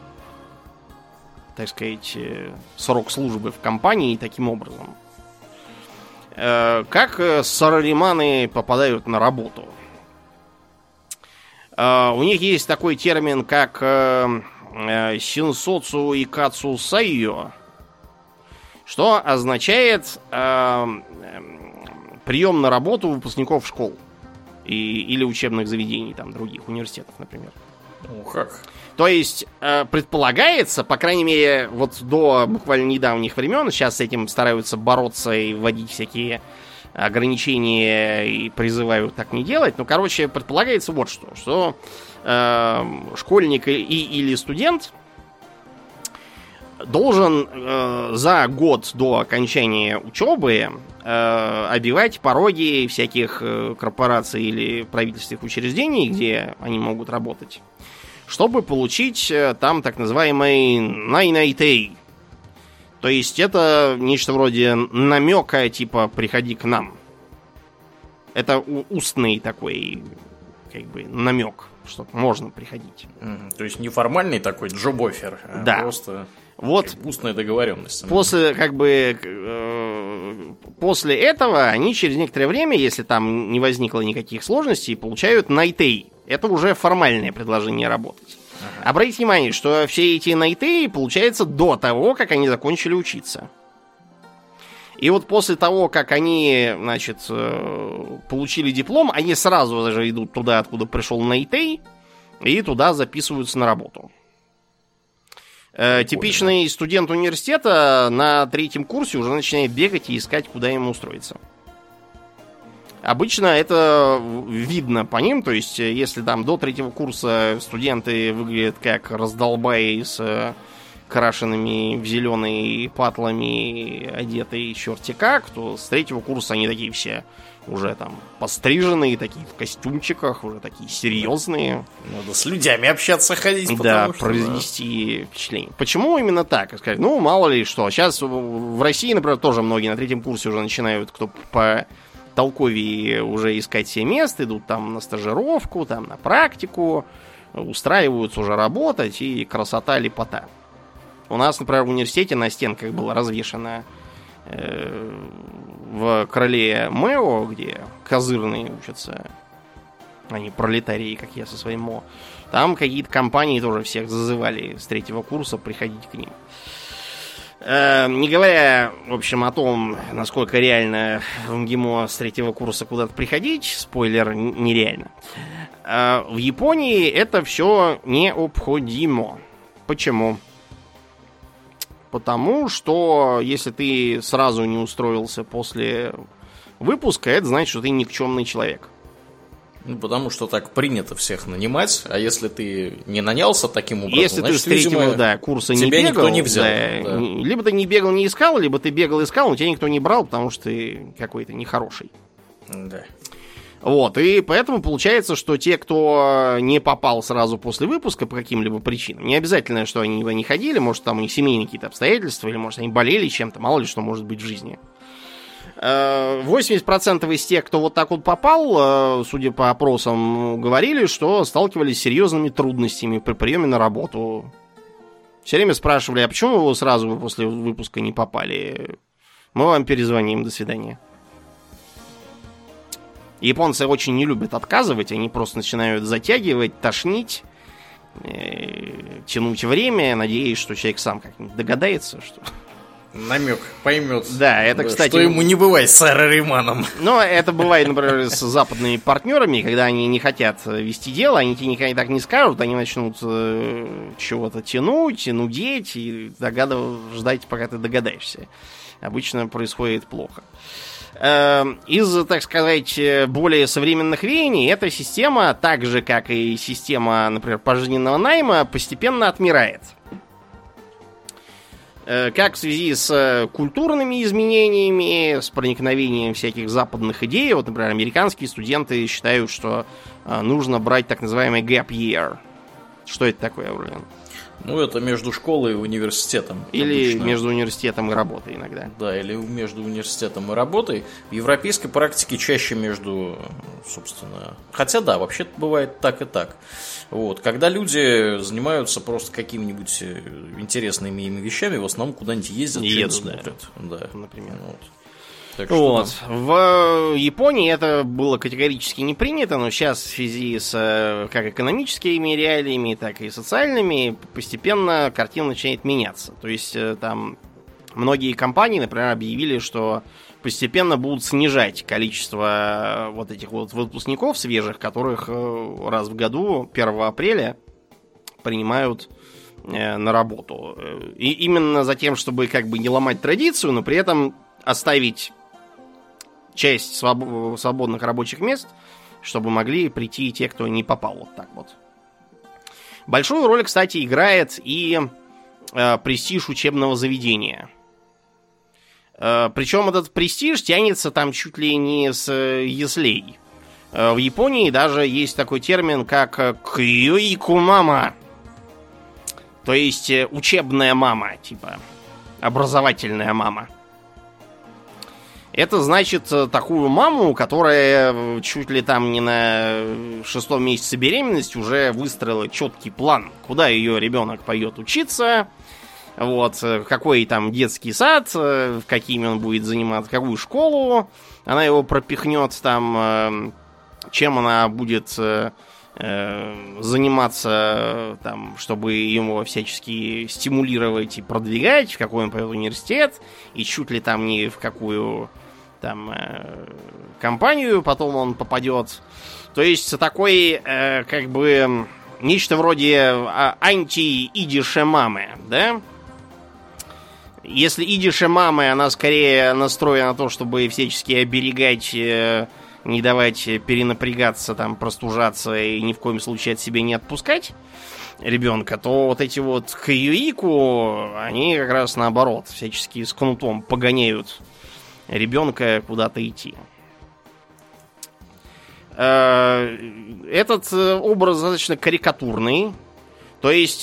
так сказать, э, срок службы в компании таким образом. Э, как сарариманы попадают на работу? Э, у них есть такой термин, как э, э, синсоцу икацу сайо, что означает э, э, прием на работу выпускников школ и, или учебных заведений, там, других университетов, например. Ну, как? То есть, э, предполагается, по крайней мере, вот до буквально недавних времен, сейчас с этим стараются бороться и вводить всякие ограничения и призывают так не делать. Ну, короче, предполагается вот что, что э, школьник и, или студент должен э, за год до окончания учебы э, обивать пороги всяких э, корпораций или правительственных учреждений, где они могут работать, чтобы получить э, там так называемый найнайтей. То есть это нечто вроде намека, типа «приходи к нам». Это устный такой, как бы, намек, что можно приходить. Mm-hmm. То есть неформальный такой джоб-оффер, а да. просто вот устная договоренность. После, как бы, э, после этого они через некоторое время, если там не возникло никаких сложностей, получают найтей. Это уже формальное предложение работать. Ага. Обратите внимание, что все эти найтеи получаются до того, как они закончили учиться. И вот после того, как они, значит, получили диплом, они сразу даже идут туда, откуда пришел найтей, и туда записываются на работу. Прикольно. Типичный студент университета на третьем курсе уже начинает бегать и искать, куда ему устроиться. Обычно это видно по ним, то есть если там до третьего курса студенты выглядят как раздолбаи с крашенными в зеленые патлами, одетые черти как, то с третьего курса они такие все уже там постриженные, такие в костюмчиках, уже такие серьезные. Надо с людьми общаться, ходить. Да, что, произвести да. впечатление. Почему именно так? Сказать, ну, мало ли что. Сейчас в России, например, тоже многие на третьем курсе уже начинают, кто по толковее, уже искать себе место, идут там на стажировку, там на практику, устраиваются уже работать, и красота, лепота. У нас, например, в университете на стенках было развешано э, в крыле МЭО, где козырные учатся, они пролетарии, как я со своим МО. Там какие-то компании тоже всех зазывали с третьего курса приходить к ним. Э, не говоря, в общем, о том, насколько реально в МГИМО с третьего курса куда-то приходить, спойлер, нереально. Э, в Японии это все необходимо. Почему? Потому что если ты сразу не устроился после выпуска, это значит, что ты никчемный человек. Ну, потому что так принято всех нанимать, а если ты не нанялся таким образом, если значит, ты с третьего видимо, да, курса не тебя бегал, никто не взял. Да, да. Либо ты не бегал, не искал, либо ты бегал, искал, но тебя никто не брал, потому что ты какой-то нехороший. Да. Вот, и поэтому получается, что те, кто не попал сразу после выпуска по каким-либо причинам, не обязательно, что они не ходили, может, там у них семейные какие-то обстоятельства, или, может, они болели чем-то, мало ли что может быть в жизни. восемьдесят процентов из тех, кто вот так вот попал, судя по опросам, говорили, что сталкивались с серьезными трудностями при приеме на работу. Все время спрашивали, а почему вы сразу после выпуска не попали? Мы вам перезвоним, до свидания. Японцы очень не любят отказывать, они просто начинают затягивать, тошнить, э, тянуть время, надеясь, что человек сам как-нибудь догадается, что... Намек поймет. Да, это, кстати... Что ему не бывает с Сарариманом. Но это бывает, например, с западными партнерами, когда они не хотят вести дело, они тебе никогда так не скажут, они начнут э, чего-то тянуть, нудеть и догадыв... ждать, пока ты догадаешься. Обычно происходит плохо. Из, так сказать, более современных веяний эта система, так же как и система, например, пожизненного найма, постепенно отмирает. Как в связи с культурными изменениями, с проникновением всяких западных идей. Вот, например, американские студенты считают, что нужно брать так называемый gap year. Что это такое, Аурлиан? Ну, это между школой и университетом. Или обычно. Между университетом и работой иногда. Да, или между университетом и работой. В европейской практике чаще между, собственно... Хотя да, вообще бывает так и так. Вот. Когда люди занимаются просто какими-нибудь интересными ими вещами, в основном куда-нибудь ездят, едут, смотрят. Да. Да. Например. Вот. Так что вот. В Японии это было категорически не принято, но сейчас в связи с как экономическими реалиями, так и социальными постепенно картина начинает меняться. То есть там многие компании, например, объявили, что постепенно будут снижать количество вот этих вот выпускников свежих, которых раз в году, первого апреля, принимают на работу. И именно за тем, чтобы как бы не ломать традицию, но при этом оставить часть своб... свободных рабочих мест, чтобы могли прийти те, кто не попал вот так вот. Большую роль, кстати, играет и э, престиж учебного заведения. Э, причем этот престиж тянется там чуть ли не с яслей. Э, в Японии даже есть такой термин, как кьюику-мама. То есть э, учебная мама, типа образовательная мама. Это значит такую маму, которая чуть ли там не на шестом месяце беременности уже выстроила четкий план, куда ее ребенок пойдет учиться, вот, какой там детский сад, какими он будет заниматься, какую школу она его пропихнет там, чем она будет заниматься там, чтобы его всячески стимулировать и продвигать, в какой он пойдет университет, и чуть ли там не в какую там э, компанию потом он попадет. То есть такой э, как бы нечто вроде анти-идише мамы, да? Если идише мамы, она скорее настроена на то, чтобы всячески оберегать, э, не давать перенапрягаться, там, простужаться и ни в коем случае от себя не отпускать ребенка, то вот эти вот кьюику, они как раз наоборот, всячески с кнутом погоняют ребенка куда-то идти. Этот образ достаточно карикатурный. То есть,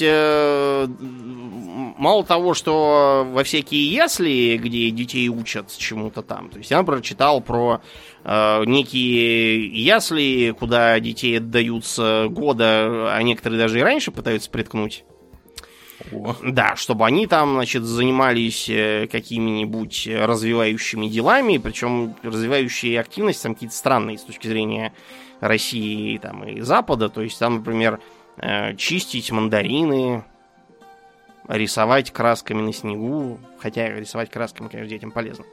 мало того, что во всякие ясли, где детей учат чему-то там. То есть, я, например, читал про некие ясли, куда детей отдают с года, а некоторые даже и раньше пытаются приткнуть. О. Да, чтобы они там, значит, занимались какими-нибудь развивающими делами, причем развивающие активности там какие-то странные с точки зрения России там, и Запада. То есть там, например, чистить мандарины, рисовать красками на снегу, хотя рисовать красками, конечно, детям полезно.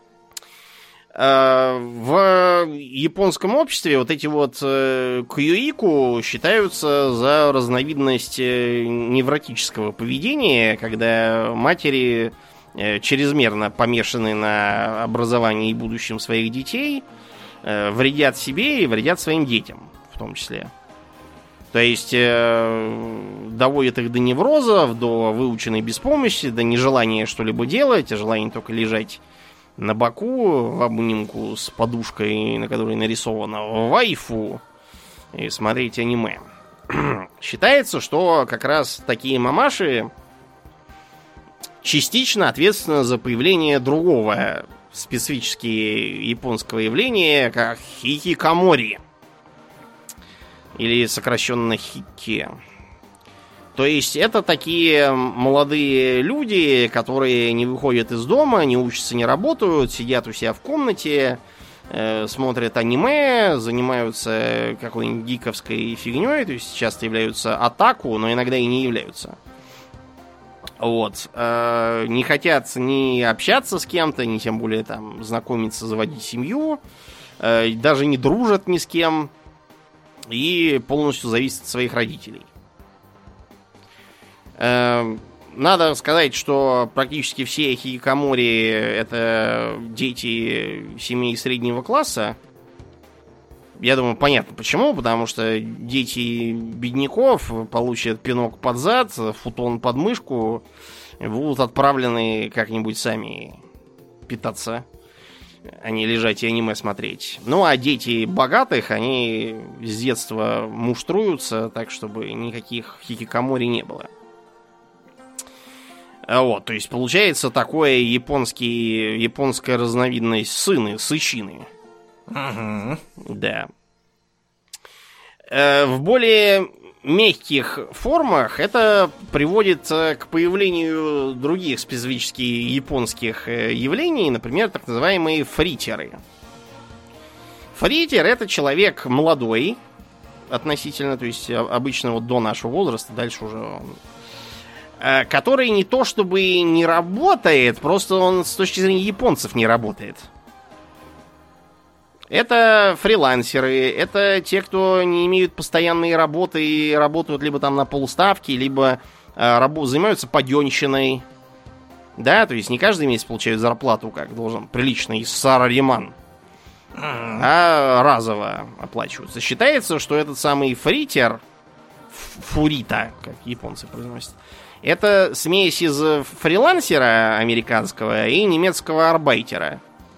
В японском обществе вот эти вот кьюику считаются за разновидность невротического поведения, когда матери чрезмерно помешаны на образовании и будущем своих детей, вредят себе и вредят своим детям в том числе. То есть доводят их до неврозов, до выученной беспомощи, до нежелания что-либо делать, а желания только лежать на боку в обнимку с подушкой, на которой нарисовано вайфу, и смотреть аниме. Считается, что как раз такие мамаши частично ответственны за появление другого специфически японского явления, как хикикамори. Или сокращенно хикки. То есть это такие молодые люди, которые не выходят из дома, не учатся, не работают, сидят у себя в комнате, э, смотрят аниме, занимаются какой-нибудь гиковской фигней, то есть часто являются атаку, но иногда и не являются. Вот. Э, не хотят ни общаться с кем-то, ни тем более там знакомиться, заводить семью, э, даже не дружат ни с кем и полностью зависят от своих родителей. Надо сказать, что практически все хикикамори — это дети семей среднего класса. Я думаю, понятно почему. Потому что дети бедняков получат пинок под зад, футон под мышку, будут отправлены как-нибудь сами питаться, а не лежать и аниме смотреть. Ну, а дети богатых, они с детства муштруются так, чтобы никаких хикикамори не было. Вот, то есть получается такое японский, японская разновидность сыны, сычины. Угу. Да. В более мягких формах это приводит к появлению других специфически японских явлений, например, так называемые фритеры. Фритер — это человек молодой относительно, то есть обычно вот до нашего возраста, дальше уже он, который не то чтобы не работает, просто он с точки зрения японцев не работает. Это фрилансеры, это те, кто не имеют постоянной работы и работают либо там на полставки, либо э, рабо- занимаются паденщиной. Да, то есть не каждый месяц получают зарплату, как должен приличный сарариман, а разово оплачиваются. Считается, что этот самый фритер, фурита, как японцы произносят, это смесь из фрилансера американского и немецкого арбайтера.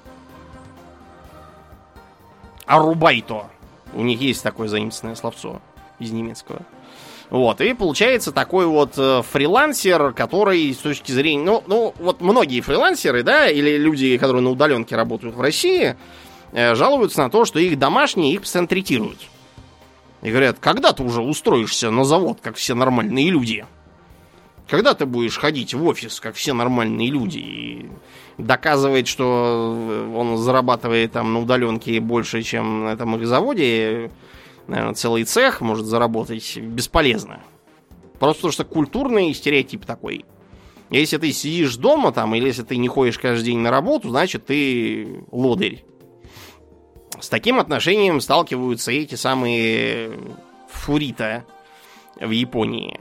Арубайто. У них есть такое заимствованное словцо из немецкого. Вот, и получается такой вот фрилансер, который с точки зрения... Ну, ну, вот многие фрилансеры, да, или люди, которые на удаленке работают в России, жалуются на то, что их домашние их постоянно третируют. И говорят, когда ты уже устроишься на завод, как все нормальные люди? Когда ты будешь ходить в офис, как все нормальные люди, и доказывать, что он зарабатывает там на удаленке больше, чем на этом их заводе, наверное, целый цех может заработать, бесполезно. Просто потому что культурный стереотип такой. Если ты сидишь дома там, или если ты не ходишь каждый день на работу, значит ты лодырь. С таким отношением сталкиваются эти самые фурита в Японии.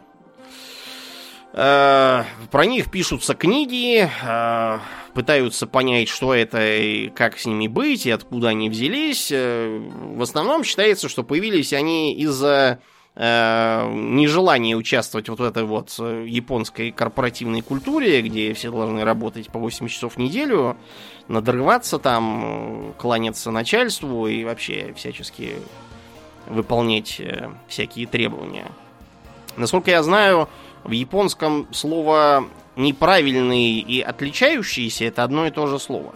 Про них пишутся книги, пытаются понять, что это и как с ними быть, и откуда они взялись. В основном считается, что появились они из-за нежелания участвовать вот в этой вот японской корпоративной культуре, где все должны работать по восемь часов в неделю, надрываться там, кланяться начальству и вообще всячески выполнять всякие требования. Насколько я знаю, в японском слово неправильный и отличающийся — это одно и то же слово.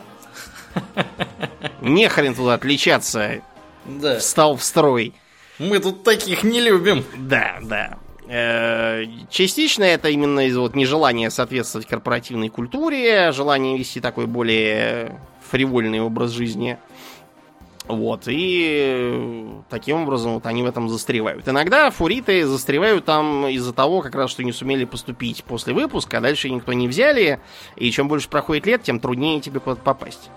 Не хрен туда отличаться. Да. Встал в строй. Мы тут таких не любим. Да, да. Частично это именно из вот нежелания соответствовать корпоративной культуре, желание вести такой более фривольный образ жизни. Вот, и таким образом вот они в этом застревают. Иногда фуриты застревают там из-за того, как раз, что не сумели поступить после выпуска, а дальше никто не взяли, и чем больше проходит лет, тем труднее тебе куда-то попасть.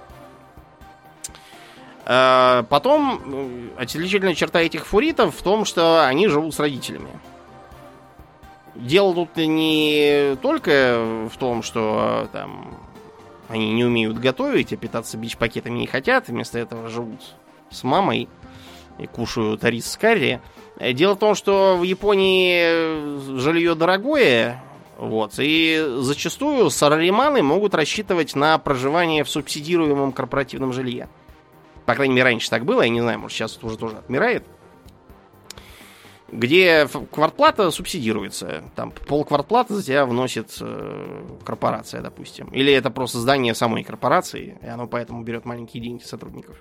Потом, отличительная черта этих фуритов в том, что они живут с родителями. Дело тут не только в том, что там они не умеют готовить, а питаться бич-пакетами не хотят, вместо этого живут с мамой и кушают рис с карри. Дело в том, что в Японии жилье дорогое, Вот. И зачастую салариманы могут рассчитывать на проживание в субсидируемом корпоративном жилье. По крайней мере, раньше так было, я не знаю, может, сейчас это уже тоже отмирает. Где квартплата субсидируется. Там полквартплаты за тебя вносит э, корпорация, допустим. Или это просто здание самой корпорации, и оно поэтому берет маленькие деньги сотрудников.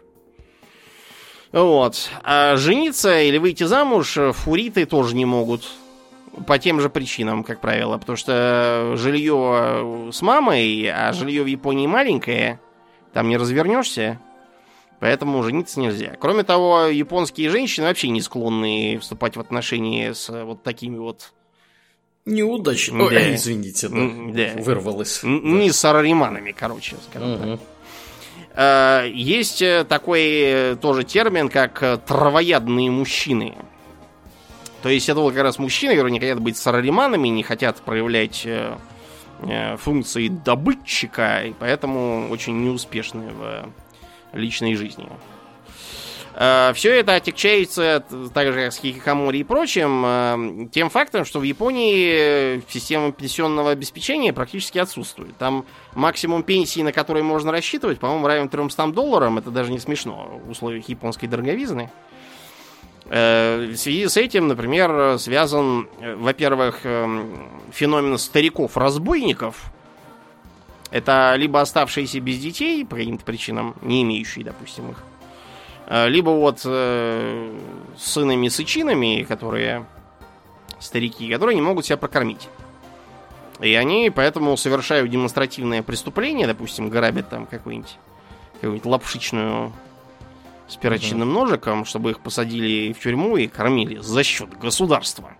Вот. А жениться или выйти замуж фуриты тоже не могут. По тем же причинам, как правило. Потому что жилье с мамой, а жилье в Японии маленькое, там не развернешься. Поэтому жениться нельзя. Кроме того, японские женщины вообще не склонны вступать в отношения с вот такими вот... Неудачными. Да. Ой, извините, да. Да. Вырвалось. Не да. с сарариманами, короче, скажем угу. так. Есть такой тоже термин, как травоядные мужчины. То есть это вот как раз мужчины, которые не хотят быть сарариманами, не хотят проявлять функции добытчика, и поэтому очень неуспешны в личной жизни. Все это отягчается, так же как с хикикамори и прочим, тем фактом, что в Японии система пенсионного обеспечения практически отсутствует. Там максимум пенсии, на который можно рассчитывать, по-моему, равен трёмстам долларам. Это даже не смешно в условиях японской дороговизны. В связи с этим, например, связан, во-первых, феномен стариков-разбойников. Это либо оставшиеся без детей по каким-то причинам, не имеющие, допустим, их, либо вот э, с сынами-сычинами, которые старики, которые не могут себя прокормить. И они поэтому совершают демонстративное преступление, допустим, грабят там какую-нибудь, какую-нибудь лапшичную с перочинным uh-huh. ножиком, чтобы их посадили в тюрьму и кормили за счет государства.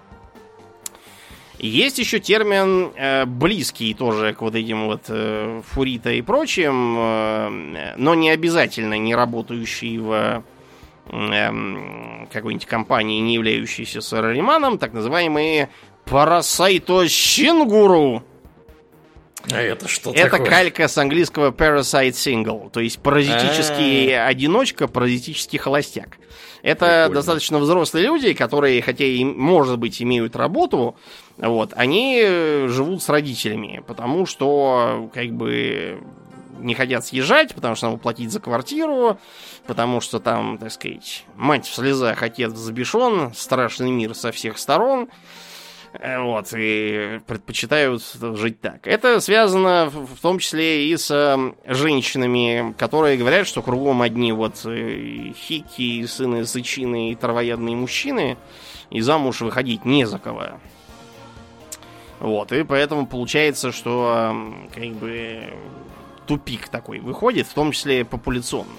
Есть еще термин э, близкий тоже к вот этим вот э, фурита и прочим, э, но не обязательно не работающий в э, какой-нибудь компании, не являющийся сарариманом, так называемые парасайто шингуру. А это что это такое? Калька с английского parasite single, то есть паразитический А-а-а. одиночка, паразитический холостяк. Это Прикольно. Достаточно взрослые люди, которые, хотя и, может быть, имеют работу, вот, они живут с родителями, потому что, как бы, не хотят съезжать, потому что надо платить за квартиру, потому что там, так сказать, мать в слезах, отец взбешен, страшный мир со всех сторон. Вот, и предпочитают жить так. Это связано в том числе и с женщинами, которые говорят, что кругом одни вот хики, сыны сычины и травоядные мужчины, и замуж выходить не за кого. Вот, и поэтому получается, что как бы тупик такой выходит, в том числе популяционный.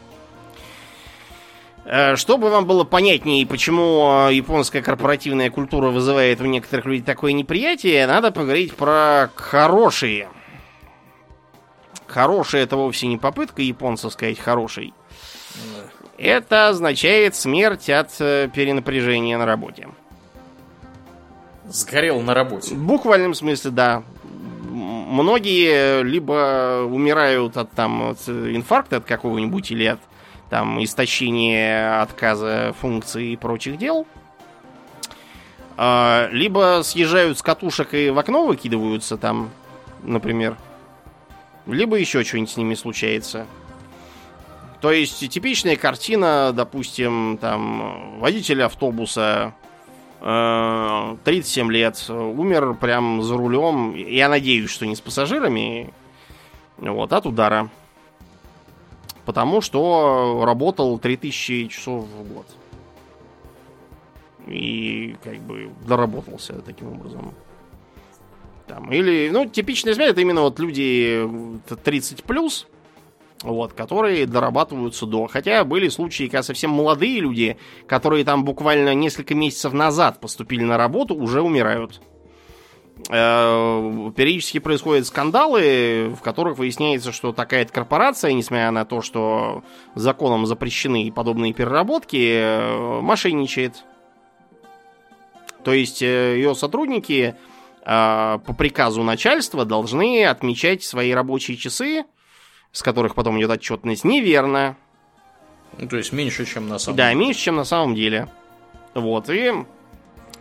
Чтобы вам было понятнее, почему японская корпоративная культура вызывает у некоторых людей такое неприятие, надо поговорить про хорошие. Хорошие — это вовсе не попытка японцев сказать «хороший». Это означает смерть от перенапряжения на работе. Сгорел на работе. В буквальном смысле, да. Многие либо умирают от, там, от инфаркта от какого-нибудь или от там истощение, отказа функций и прочих дел, а, либо съезжают с катушек и в окно выкидываются там, например, либо еще что-нибудь с ними случается. То есть типичная картина, допустим, там водитель автобуса, э, тридцать семь лет, умер прям за рулем, я надеюсь, что не с пассажирами, вот, от удара. Потому что работал три тысячи часов в год. И как бы доработался таким образом. Там, или, ну, типичная смерть — это именно вот люди тридцать плюс, вот, которые дорабатываются до. Хотя были случаи, когда совсем молодые люди, которые там буквально несколько месяцев назад поступили на работу, уже умирают. Периодически происходят скандалы, в которых выясняется, что такая-то корпорация, несмотря на то, что законом запрещены подобные переработки, мошенничает. То есть ее сотрудники по приказу начальства должны отмечать свои рабочие часы, с которых потом идет отчетность, неверно. Ну, то есть меньше, чем на самом да, деле. Да, меньше, чем на самом деле. Вот, и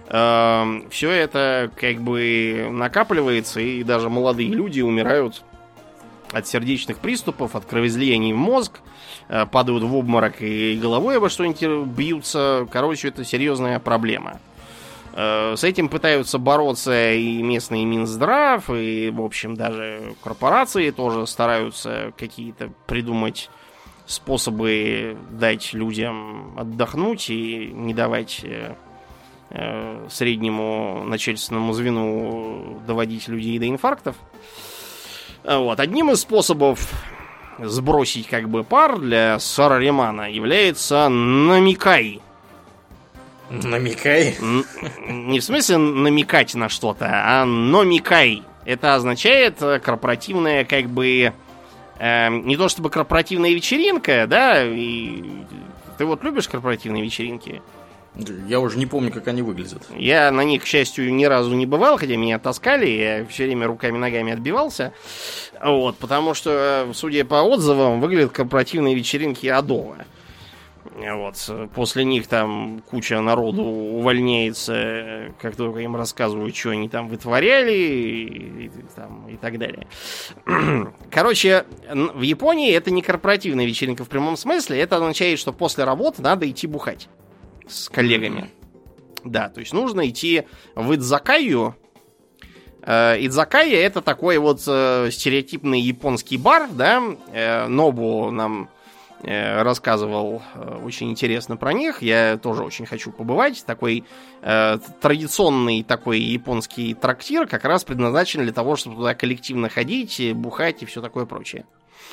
э, все это как бы накапливается, и даже молодые люди умирают от сердечных приступов, от кровоизлияний в мозг, э, падают в обморок и головой обо что-нибудь бьются. Короче, это серьезная проблема. Э, с этим пытаются бороться и местный Минздрав, и, в общем, даже корпорации тоже стараются какие-то придумать способы дать людям отдохнуть и не давать э, э, среднему начальственному звену доводить людей до инфарктов. Вот. Одним из способов сбросить как бы пар для Сараримана является намекай. Намекай? Н- не в смысле намекать на что-то, а номикай. Это означает корпоративная как бы... Э, не то чтобы корпоративная вечеринка, да, и ты вот любишь корпоративные вечеринки? Я уже не помню, как они выглядят. Я на них, к счастью, ни разу не бывал, хотя меня таскали, я все время руками-ногами отбивался. Вот, потому что, судя по отзывам, выглядят корпоративные вечеринки адово. Вот, после них там куча народу увольняется, как только им рассказывают, что они там вытворяли, и, и, там, и так далее. Короче, в Японии это не корпоративная вечеринка в прямом смысле, это означает, что после работы надо идти бухать с коллегами. Да, то есть нужно идти в Идзакаю. Идзакая это такой вот стереотипный японский бар, да. Нобу нам рассказывал очень интересно про них. Я тоже очень хочу побывать. Такой э, традиционный такой японский трактир как раз предназначен для того, чтобы туда коллективно ходить, бухать и все такое прочее.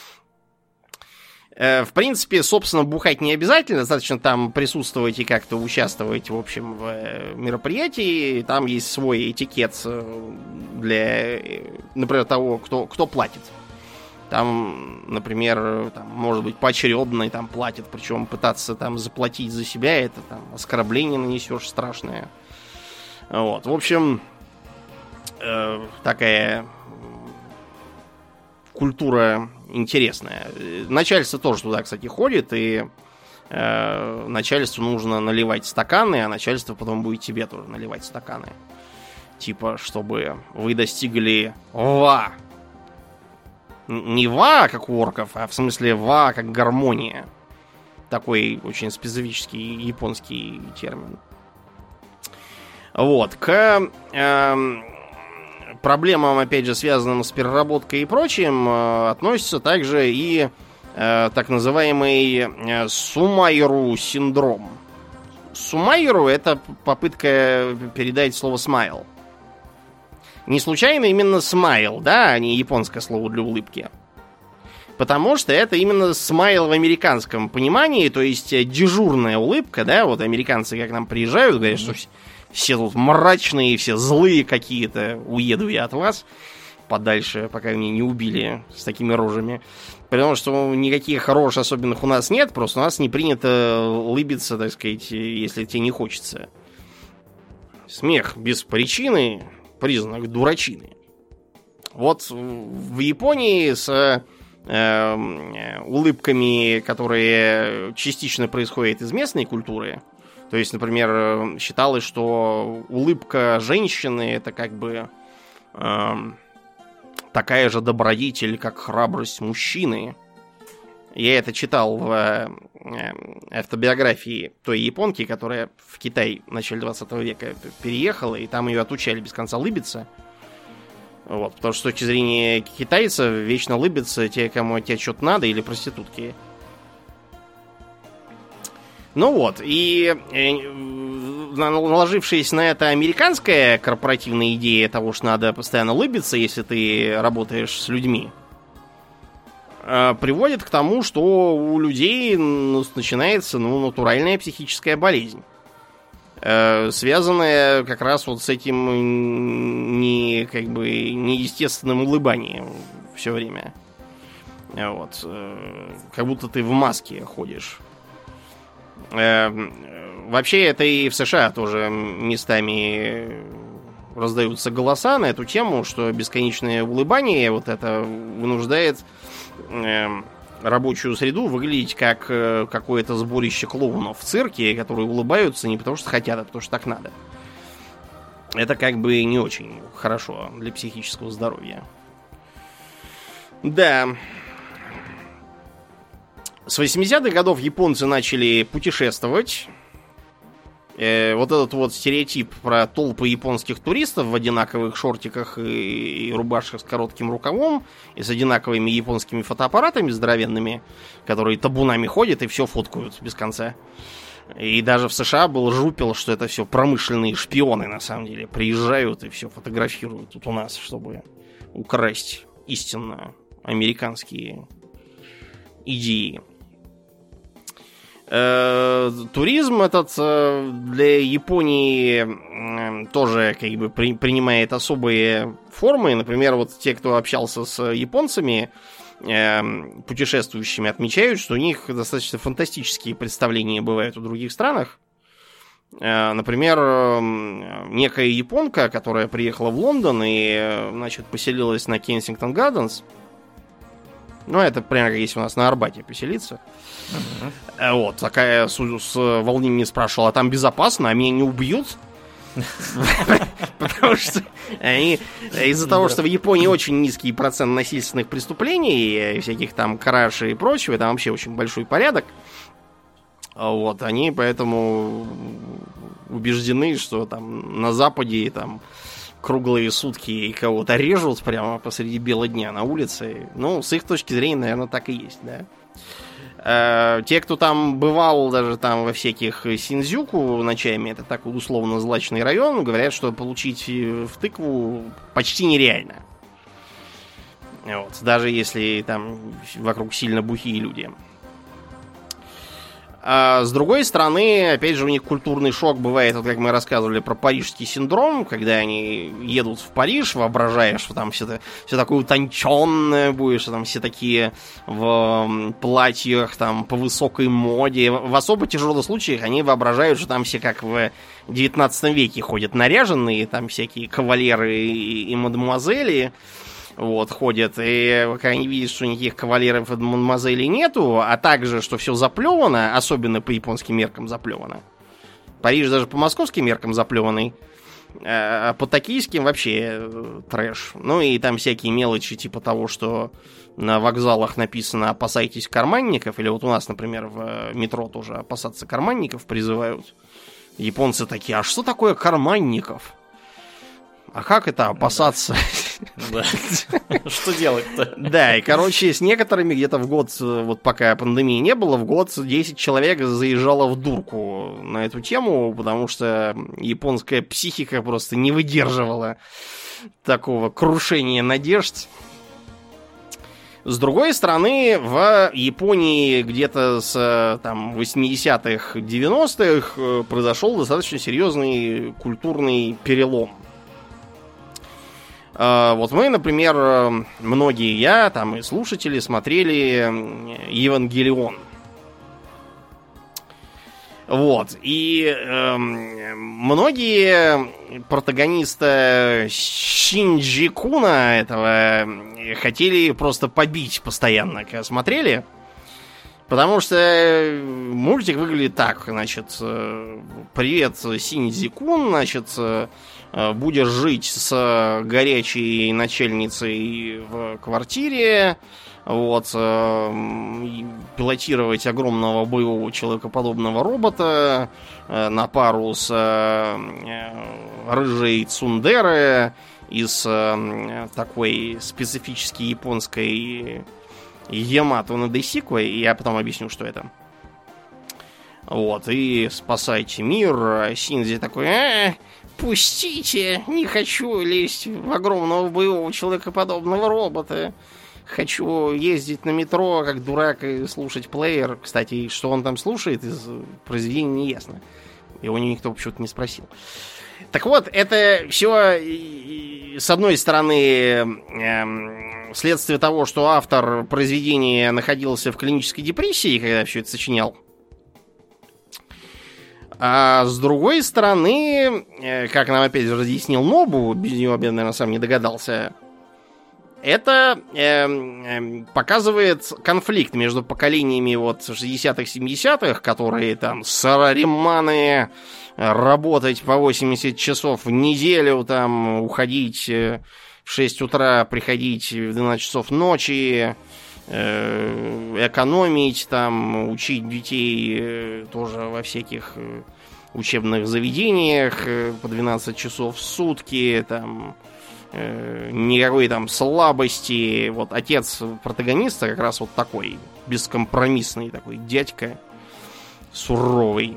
Э, в принципе, собственно, бухать не обязательно. Достаточно там присутствовать и как-то участвовать, в общем, в э, мероприятии. Там есть свой этикет для, например, того, кто, кто платит. Там, например, там, может быть, поочередно там платят, причем пытаться там заплатить за себя, это там оскорбление нанесешь страшное. Вот, в общем, э, такая культура интересная. Начальство тоже туда, кстати, ходит, и э, начальству нужно наливать стаканы, а начальство потом будет тебе тоже наливать стаканы. Типа, чтобы вы достигли ва. Не ва, как у орков, а в смысле ва, как гармония. Такой очень специфический японский термин. Вот. К э, проблемам, опять же, связанным с переработкой и прочим, э, относится также и э, так называемый э, сумайру синдром. Сумайру — это попытка передать слово смайл. Не случайно именно смайл, да, а не японское слово для улыбки. Потому что это именно смайл в американском понимании, то есть дежурная улыбка, да, вот американцы как нам приезжают, говорят, что все тут мрачные, все злые какие-то, уеду я от вас подальше, пока меня не убили с такими рожами. Потому что никаких рож особенных у нас нет, просто у нас не принято улыбиться, так сказать, если тебе не хочется. Смех без причины — признак дурачины. Вот в Японии с э, улыбками, которые частично происходят из местной культуры, то есть, например, считалось, что улыбка женщины — это как бы э, такая же добродетель, как храбрость мужчины. Я это читал в э, автобиографии той японки, которая в Китай в начале двадцатого века переехала, и там ее отучали без конца улыбиться. Вот, потому что с точки зрения китайцев вечно улыбятся те, кому от тебя что-то надо, или проститутки. Ну вот, и э, наложившись на это американская корпоративная идея того, что надо постоянно улыбиться, если ты работаешь с людьми, приводит к тому, что у людей ну, начинается ну, натуральная психическая болезнь, э, связанная как раз вот с этим не, как бы, неестественным улыбанием все время. Вот. Э, как будто ты в маске ходишь. Э, вообще это и в США тоже местами раздаются голоса на эту тему, что бесконечное улыбание вот это вынуждает рабочую среду выглядеть как какое-то сборище клоунов в цирке, которые улыбаются не потому что хотят, а потому что так надо. это как бы не очень хорошо для психического здоровья. Да. С восьмидесятых годов японцы начали путешествовать. Э, вот этот вот стереотип про толпы японских туристов в одинаковых шортиках и, и рубашках с коротким рукавом и с одинаковыми японскими фотоаппаратами здоровенными, которые табунами ходят и все фоткают без конца. И даже в США был жупел, что это все промышленные шпионы, на самом деле. Приезжают и все фотографируют тут у нас, чтобы украсть истинно американские идеи. Э, туризм этот э, для Японии э, тоже как бы при, принимает особые формы. Например, вот те, кто общался с японцами, путешествующими, отмечают, что у них достаточно фантастические представления бывают в других странах. Например, некая японка, которая приехала в Лондон и, значит, поселилась на Кенсингтон Гарденс. Ну, это примерно как если у нас на Арбате поселиться. Uh-huh. Вот, такая с, с волнением спрашивала, а там безопасно, а меня не убьют? Потому что они, из-за того, что в Японии очень низкий процент насильственных преступлений, всяких там крашей и прочего, там вообще очень большой порядок. Вот, они поэтому убеждены, что там на Западе там круглые сутки и кого-то режут прямо посреди бела дня на улице. Ну, с их точки зрения, наверное, так и есть, да. Те, кто там бывал даже там во всяких Синдзюку ночами, это такой условно злачный район, говорят, что получить в тыкву почти нереально. Вот, даже если там вокруг сильно бухие люди. А с другой стороны, опять же, у них культурный шок бывает, вот как мы рассказывали про парижский синдром, когда они едут в Париж, воображая, что там все, все такое утонченное будет, что там все такие в платьях там по высокой моде. В особо тяжелых случаях они воображают, что там все как в девятнадцатом веке ходят наряженные, там всякие кавалеры и, и мадемуазели. Вот, ходят, и когда они видят, что никаких кавалеров и мадемуазелей нету, а также, что все заплевано, особенно по японским меркам заплевано. Париж даже по московским меркам заплеванный, а по токийским вообще трэш. Ну и там всякие мелочи, типа того, что на вокзалах написано «опасайтесь карманников», или вот у нас, например, в метро тоже опасаться карманников призывают. Японцы такие, а что такое карманников? А как это опасаться? Да. Что делать-то? Да, и, короче, с некоторыми где-то в год, вот пока пандемии не было, в год десять человек заезжало в дурку на эту тему, потому что японская психика просто не выдерживала такого крушения надежд. С другой стороны, в Японии где-то с там, восьмидесятых, девяностых произошел достаточно серьезный культурный перелом. Вот мы, например, многие, я, там и слушатели, смотрели «Евангелион». Вот. И э, многие протагониста Шинджи Куна этого хотели просто побить постоянно, когда смотрели. Потому что мультик выглядит так, значит, привет, Синдзи Кун, значит, будешь жить с горячей начальницей в квартире, вот, пилотировать огромного боевого человекоподобного робота на пару с рыжей цундеры из такой специфической японской Ямато Надесиквой, и я потом объясню, что это. Вот, и спасайте мир. Синдзи такой, а, пустите, не хочу лезть в огромного боевого человекоподобного робота. Хочу ездить на метро, как дурак, и слушать плеер. Кстати, что он там слушает из произведения, не ясно. Его никто почему-то не спросил. Так вот, это все, с одной стороны, следствие того, что автор произведения находился в клинической депрессии, когда все это сочинял. А с другой стороны, как нам опять же разъяснил Нобу, без него, наверное, сам не догадался, это э, э, показывает конфликт между поколениями вот шестидесятых, семидесятых, которые там сарариманы, работать по восемьдесят часов в неделю, там уходить в шесть утра, приходить в двенадцать часов ночи, э, экономить, там, учить детей э, тоже во всяких э, учебных заведениях э, по двенадцать часов в сутки, там, э, никакой там слабости. Вот отец протагониста как раз вот такой, бескомпромиссный такой дядька, суровый.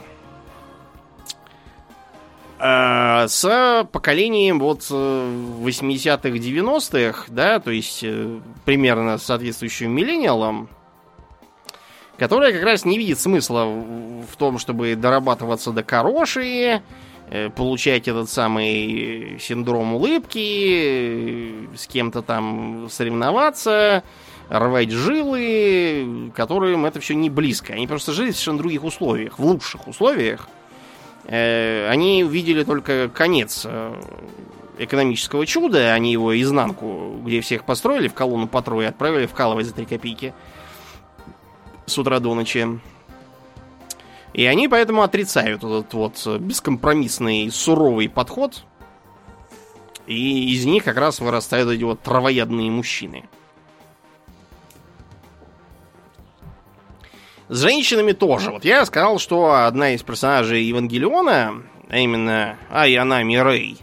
А с поколением вот восьмидесятых, девяностых, да, то есть примерно соответствующим миллениалам, которая как раз не видит смысла в том, чтобы дорабатываться до короши, получать этот самый синдром улыбки, с кем-то там соревноваться, рвать жилы, которым это все не близко. Они просто жили в совершенно других условиях, в лучших условиях. Они видели только конец экономического чуда, они его изнанку, где всех построили в колонну по трое и отправили вкалывать за три копейки с утра до ночи. И они поэтому отрицают этот вот бескомпромиссный, суровый подход. И из них как раз вырастают эти вот травоядные мужчины. С женщинами тоже. Вот я сказал, что одна из персонажей Евангелиона, а именно Аянами Рэй,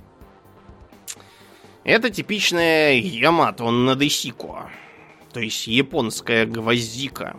это типичная Ямато Надесико, то есть японская гвоздика.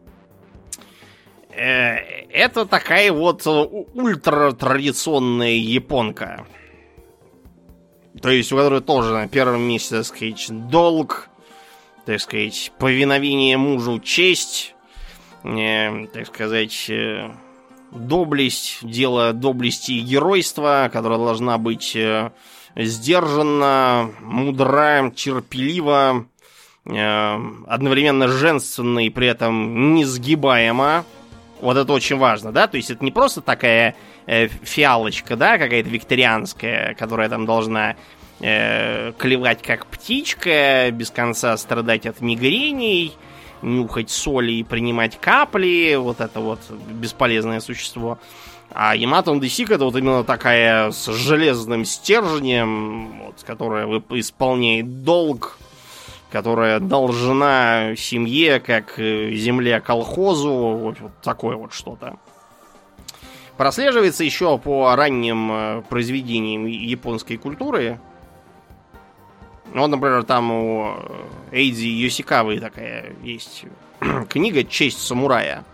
Это такая вот ультратрадиционная японка. То есть у которой тоже на первом месте, так сказать, долг, так сказать, повиновение мужу, честь, Э, так сказать, э, доблесть, дело доблести и геройства, которая должна быть э, сдержанна, мудра, терпелива, э, одновременно женственна и при этом несгибаема. Вот это очень важно, да? То есть это не просто такая э, фиалочка, да, какая-то викторианская, которая там должна э, клевать как птичка, без конца страдать от мигрений, нюхать соли и принимать капли, вот это вот бесполезное существо. А Ямато Надесико это вот именно такая с железным стержнем, вот, которая исполняет долг, которая должна семье, как земле колхозу, вот, вот такое вот что-то. Прослеживается еще по ранним произведениям японской культуры. Вот, например, там у Эйдзи Йосикавы такая есть книга «Честь самурая».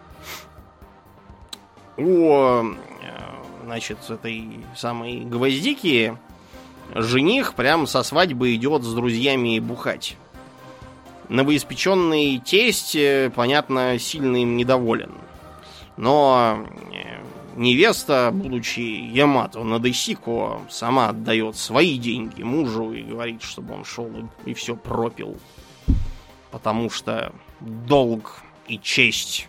У, значит, этой самой гвоздики жених прям со свадьбы идет с друзьями бухать. Новоиспеченный тесть, понятно, сильно им недоволен. Но невеста, будучи Ямато Надесико, сама отдает свои деньги мужу и говорит, чтобы он шел и, и все пропил. Потому что долг и честь.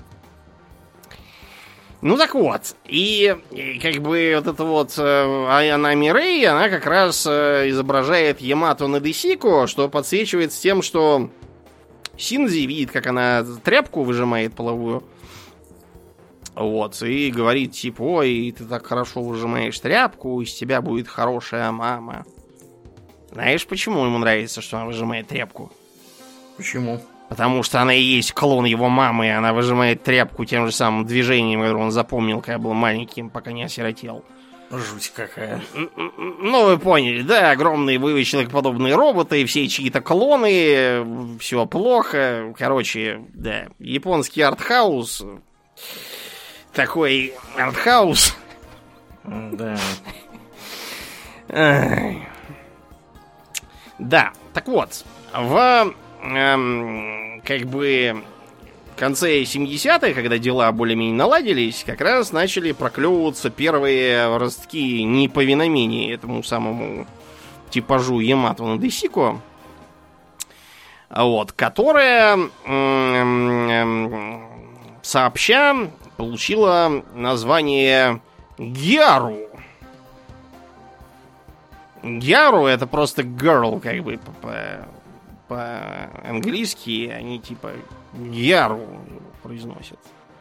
Ну так вот, и, и как бы вот эта вот э, Аянами Рэй, она как раз э, изображает Ямато Надесико, что подсвечивает с тем, что Синдзи видит, как она тряпку выжимает половую. Вот, и говорит, типа, ой, ты так хорошо выжимаешь тряпку, из тебя будет хорошая мама. Знаешь, почему ему нравится, что она выжимает тряпку? Почему? Потому что она и есть клон его мамы, и она выжимает тряпку тем же самым движением, которое он запомнил, когда был маленьким, пока не осиротел. Жуть какая. Ну, вы поняли, да, огромные боевые человекоподобные роботы, все чьи-то клоны, все плохо. Короче, да, японский артхаус... Такой артхаус. Да. Да, так вот, в эм, как бы конце семидесятых, когда дела более-менее наладились, как раз начали проклевываться первые ростки неповиновения этому самому типажу Ямато Надесико, вот, которая эм, эм, сообща получила название Гяру. Гяру это просто girl, как бы по-английски, они типа Гяру произносят.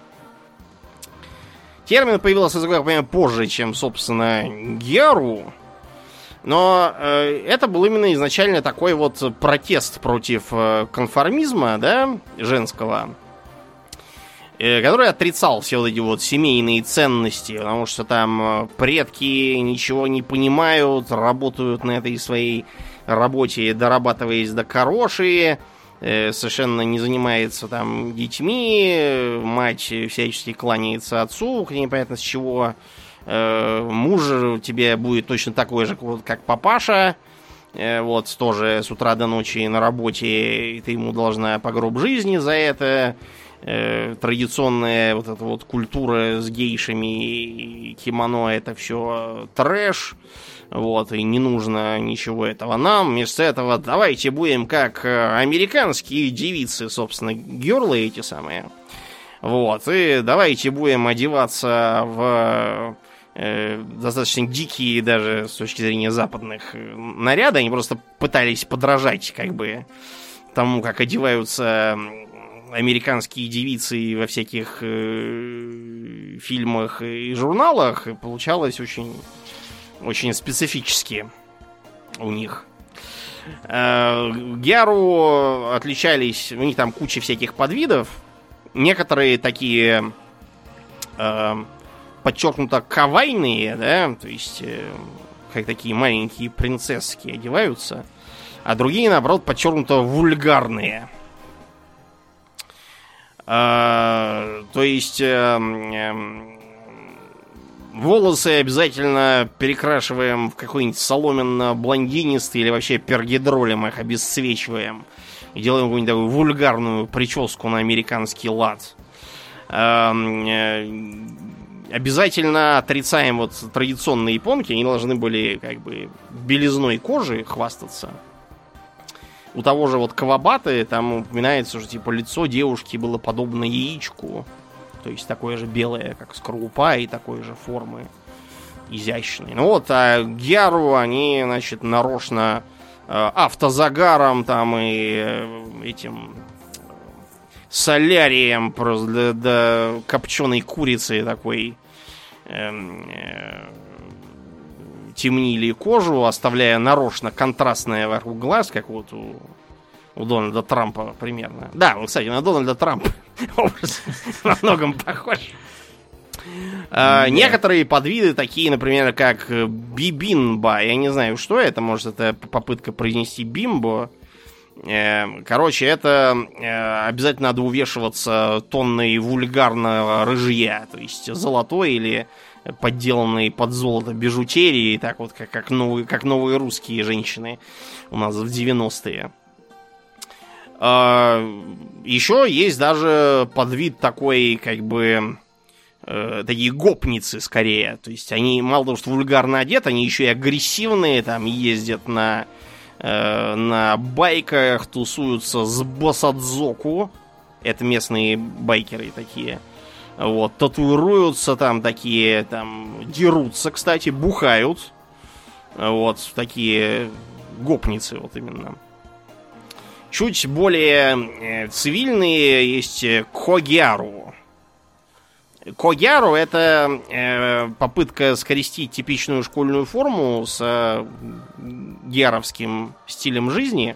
Термин появился, как я понимаю, позже, чем, собственно, Гяру. Но э, это был именно изначально такой вот протест против э, конформизма, да, женского, э, который отрицал все вот эти вот семейные ценности, потому что там э, предки ничего не понимают, работают на этой своей работе, дорабатываясь до короши, э, совершенно не занимается там детьми, мать всячески кланяется отцу, непонятно с чего. Муж тебе будет точно такой же, как папаша. Вот, тоже с утра до ночи на работе, и ты ему должна по гроб жизни за это. Традиционная вот эта вот культура с гейшами и кимоно, это все трэш. Вот, и не нужно ничего этого нам. Вместо этого давайте будем как американские девицы, собственно, герлы эти самые. Вот, и давайте будем одеваться в э, достаточно дикие даже с точки зрения западных наряды. Они просто пытались подражать как бы тому, как одеваются американские девицы во всяких э, фильмах и журналах. И получалось очень, очень специфически у них. Э, Гяру отличались, у них там куча всяких подвидов. Некоторые такие э, подчеркнуто кавайные, да, то есть э, как такие маленькие принцесски одеваются, а другие, наоборот, подчеркнуто вульгарные. Э, то есть э, э, волосы обязательно перекрашиваем в какой-нибудь соломенно-блондинистый или вообще пергидролем их обесцвечиваем. И делаем какую-нибудь такую вульгарную прическу на американский лад. Обязательно отрицаем вот традиционные японки. Они должны были как бы белизной кожи хвастаться. У того же вот Кавабаты там упоминается, что типа лицо девушки было подобно яичку. То есть такое же белое, как скорлупа, и такой же формы изящной. Ну вот, а Гяру они, значит, нарочно автозагаром там и этим солярием просто для, для копченой курицы такой э, э, темнили кожу, оставляя нарочно контрастное вокруг глаз, как вот у, у Дональда Трампа примерно. Да, он, кстати, на Дональда Трампа во многом похож. Uh, некоторые подвиды такие, например, как бибимба. Я не знаю, что это. Может, это попытка произнести бимбо. Короче, это обязательно надо увешиваться тонной вульгарного рыжья. То есть золотой или подделанной под золото бижутерии. Так вот, как, как, новые, как новые русские женщины у нас в девяностые. Uh, еще есть даже подвид такой, как бы... такие гопницы скорее. То есть они мало того, что вульгарно одеты, они еще и агрессивные, там ездят на, э, на байках, тусуются с босадзоку. Это местные байкеры такие. Вот, татуируются там такие, там, дерутся, кстати, бухают. Вот, такие гопницы вот именно. Чуть более э, цивильные есть когяру. Когяру — это э, попытка скрестить типичную школьную форму с э, гяровским стилем жизни.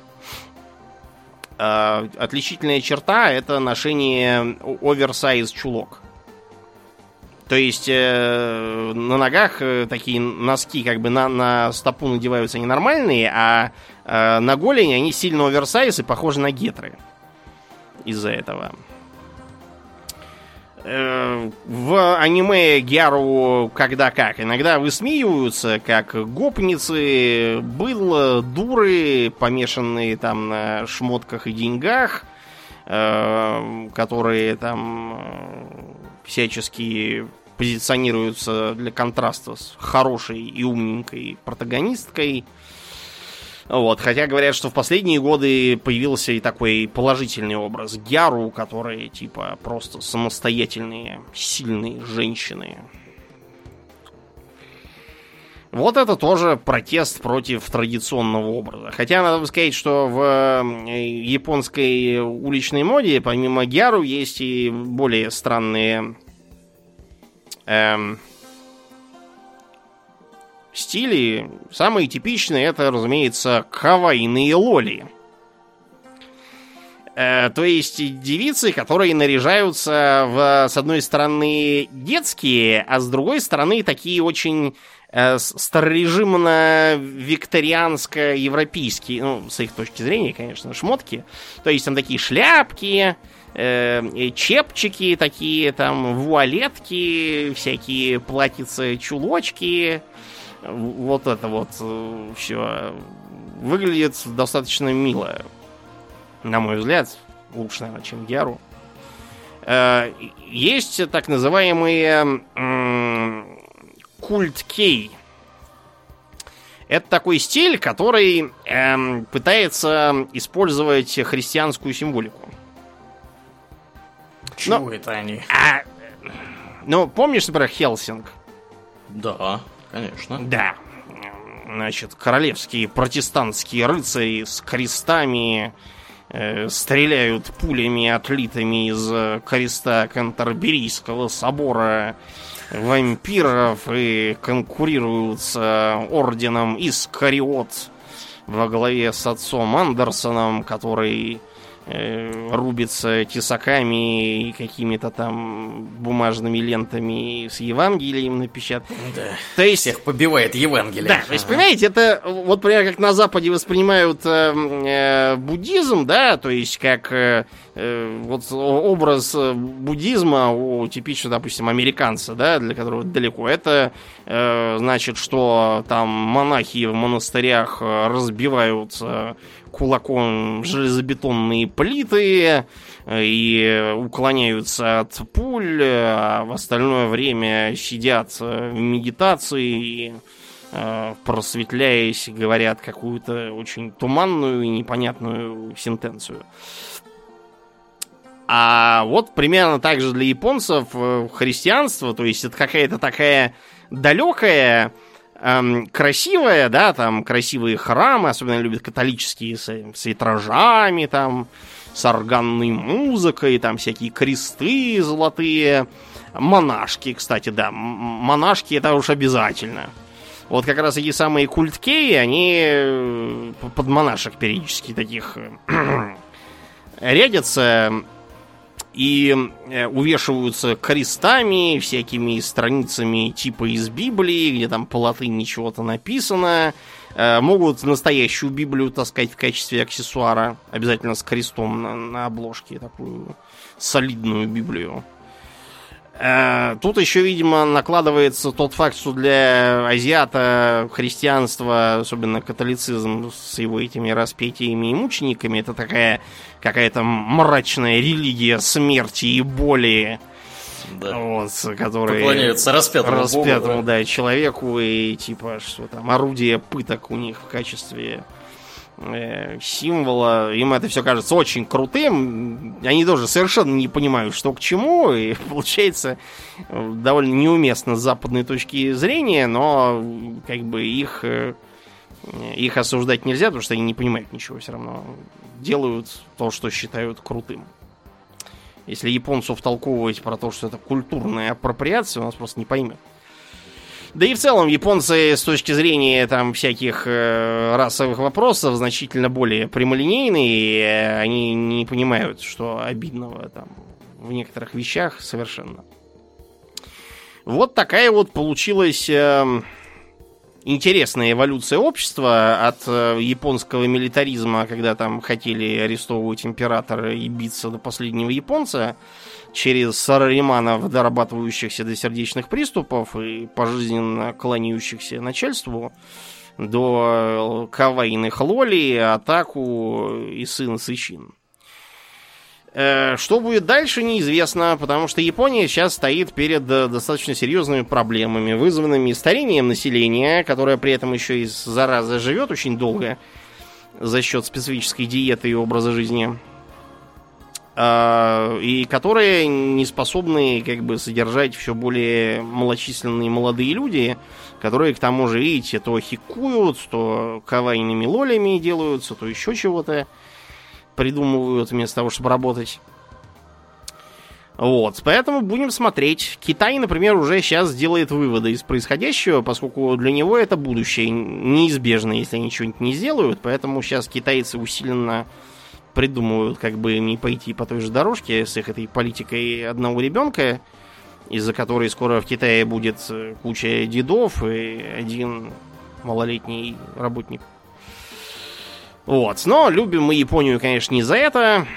Э, отличительная черта — это ношение оверсайз чулок. То есть э, на ногах э, такие носки как бы на, на стопу надеваются ненормальные, а э, на голени они сильно оверсайз и похожи на гетры. Из-за этого. В аниме Гяру когда как. Иногда высмеиваются как гопницы, быдло, дуры, помешанные там на шмотках и деньгах, которые там всячески позиционируются для контраста с хорошей и умненькой протагонисткой. Вот, хотя говорят, что в последние годы появился и такой положительный образ Гяру, которые типа просто самостоятельные, сильные женщины. Вот это тоже протест против традиционного образа. Хотя надо сказать, что в японской уличной моде, помимо гяру, есть и более странные эм, стили. Самые типичные — это, разумеется, кавайные лоли. Э, то есть девицы, которые наряжаются в, с одной стороны, детские, а с другой стороны, такие очень э, старорежимно-викторианско-европейские, ну, с их точки зрения, конечно, шмотки. То есть там такие шляпки, э, чепчики такие, там, вуалетки, всякие платьицы, чулочки. Вот это вот э, все выглядит достаточно мило. На мой взгляд, лучше, наверное, чем гяру. Есть так называемые культ кей. Это такой стиль, который э, пытается использовать христианскую символику. Чего Но, это они? А, ну, помнишь, например, Хелсинг? Да, конечно. Да. Значит, королевские протестантские рыцари с крестами э, стреляют пулями, отлитыми из креста Кантерберийского собора, вампиров и конкурируют с орденом Искариот во главе с отцом Андерсоном, который э, рубится тесаками и какими-то там бумажными лентами с Евангелием напечатанным. Да. То есть всех побивает Евангелие. Да, то есть, понимаете, это вот, например, как на Западе воспринимают э, э, буддизм, да, то есть как э, э, вот образ буддизма у типично, допустим, американца, да, для которого далеко. Это э, значит, что там монахи в монастырях разбивают э, кулаком железобетонные плиты и уклоняются от пуль, а в остальное время сидят в медитации и, просветляясь, говорят какую-то очень туманную и непонятную сентенцию. А вот примерно так же для японцев христианство, то есть это какая-то такая далекая, эм, красивая, да, там красивые храмы, особенно любят католические, с, с витражами, там, с органной музыкой, там всякие кресты золотые, монашки, кстати, да, монашки это уж обязательно. Вот как раз эти самые культ-кеи, они под монашек периодически таких рядятся и увешиваются крестами, всякими страницами типа из Библии, где там по латыни чего-то написано. Могут настоящую Библию таскать в качестве аксессуара, обязательно с крестом на, на обложке, такую солидную Библию. Тут еще, видимо, накладывается тот факт, что для азиата христианство, особенно католицизм с его этими распятиями и мучениками, это такая какая-то мрачная религия смерти и боли. Да. Вот, которые поклоняются распятому, распятому Богу, да, человеку, и типа, что там, орудие пыток у них в качестве э, символа. Им это все кажется очень крутым. Они тоже совершенно не понимают, что к чему, и получается довольно неуместно с западной точки зрения, но как бы их, их осуждать нельзя, потому что они не понимают ничего, все равно делают то, что считают крутым. Если японцу втолковывать про то, что это культурная апроприация, он нас просто не поймет. Да и в целом японцы с точки зрения там всяких э, расовых вопросов значительно более прямолинейные, и они не понимают, что обидного там в некоторых вещах совершенно. Вот такая вот получилась э, интересная эволюция общества от э, японского милитаризма, когда там хотели арестовывать императора и биться до последнего японца, через сарариманов, дорабатывающихся до сердечных приступов и пожизненно кланяющихся начальству, до кавайных лоли, атаку и сын Сычин. Что будет дальше, неизвестно, потому что Япония сейчас стоит перед достаточно серьезными проблемами, вызванными старением населения, которое при этом еще и зараза живет очень долго за счет специфической диеты и образа жизни. и которые не способны как бы содержать все более малочисленные молодые люди, которые к тому же, видите, то хикуют, то кавайными лолями делаются, то еще чего-то придумывают вместо того, чтобы работать. Вот, поэтому будем смотреть. Китай, например, уже сейчас делает выводы из происходящего, поскольку для него это будущее неизбежно, если они что-нибудь не сделают. Поэтому сейчас китайцы усиленно придумывают, как бы не пойти по той же дорожке с их этой политикой одного ребенка, из-за которой скоро в Китае будет куча дедов и один малолетний работник. Вот, но любим мы Японию, конечно, не за это.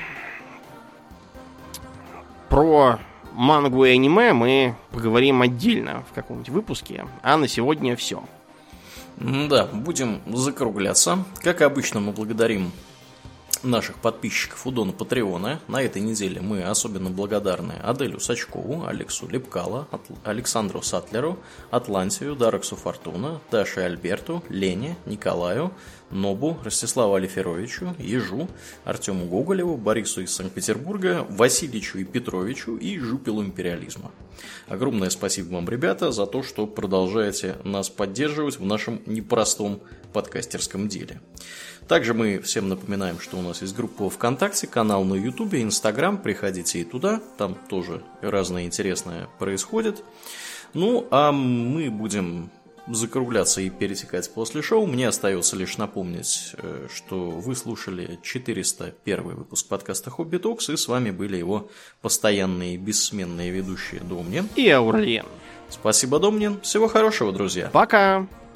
Про мангу и аниме мы поговорим отдельно в каком-нибудь выпуске. А на сегодня все. Да, будем закругляться. Как обычно, мы благодарим наших подписчиков у Дона Патреона. На этой неделе мы особенно благодарны Аделю Сачкову, Алексу Лепкало, Александру Сатлеру, Атлантию, Дараксу Фортуна, Даше Альберту, Лене, Николаю, Нобу, Ростиславу Алиферовичу, Ежу, Артему Гоголеву, Борису из Санкт-Петербурга, Васильичу и Петровичу и Жупилу Империализма. Огромное спасибо вам, ребята, за то, что продолжаете нас поддерживать в нашем непростом подкастерском деле. Также мы всем напоминаем, что у нас есть группа ВКонтакте, канал на Ютубе, Инстаграм. Приходите и туда, там тоже разное интересное происходит. Ну, а мы будем закругляться и перетекать после шоу. Мне остается лишь напомнить, что вы слушали четыреста первый выпуск подкаста Хобби Токс, и с вами были его постоянные бессменные ведущие Домнин и Аурлиен. Спасибо, Домнин. Всего хорошего, друзья. Пока.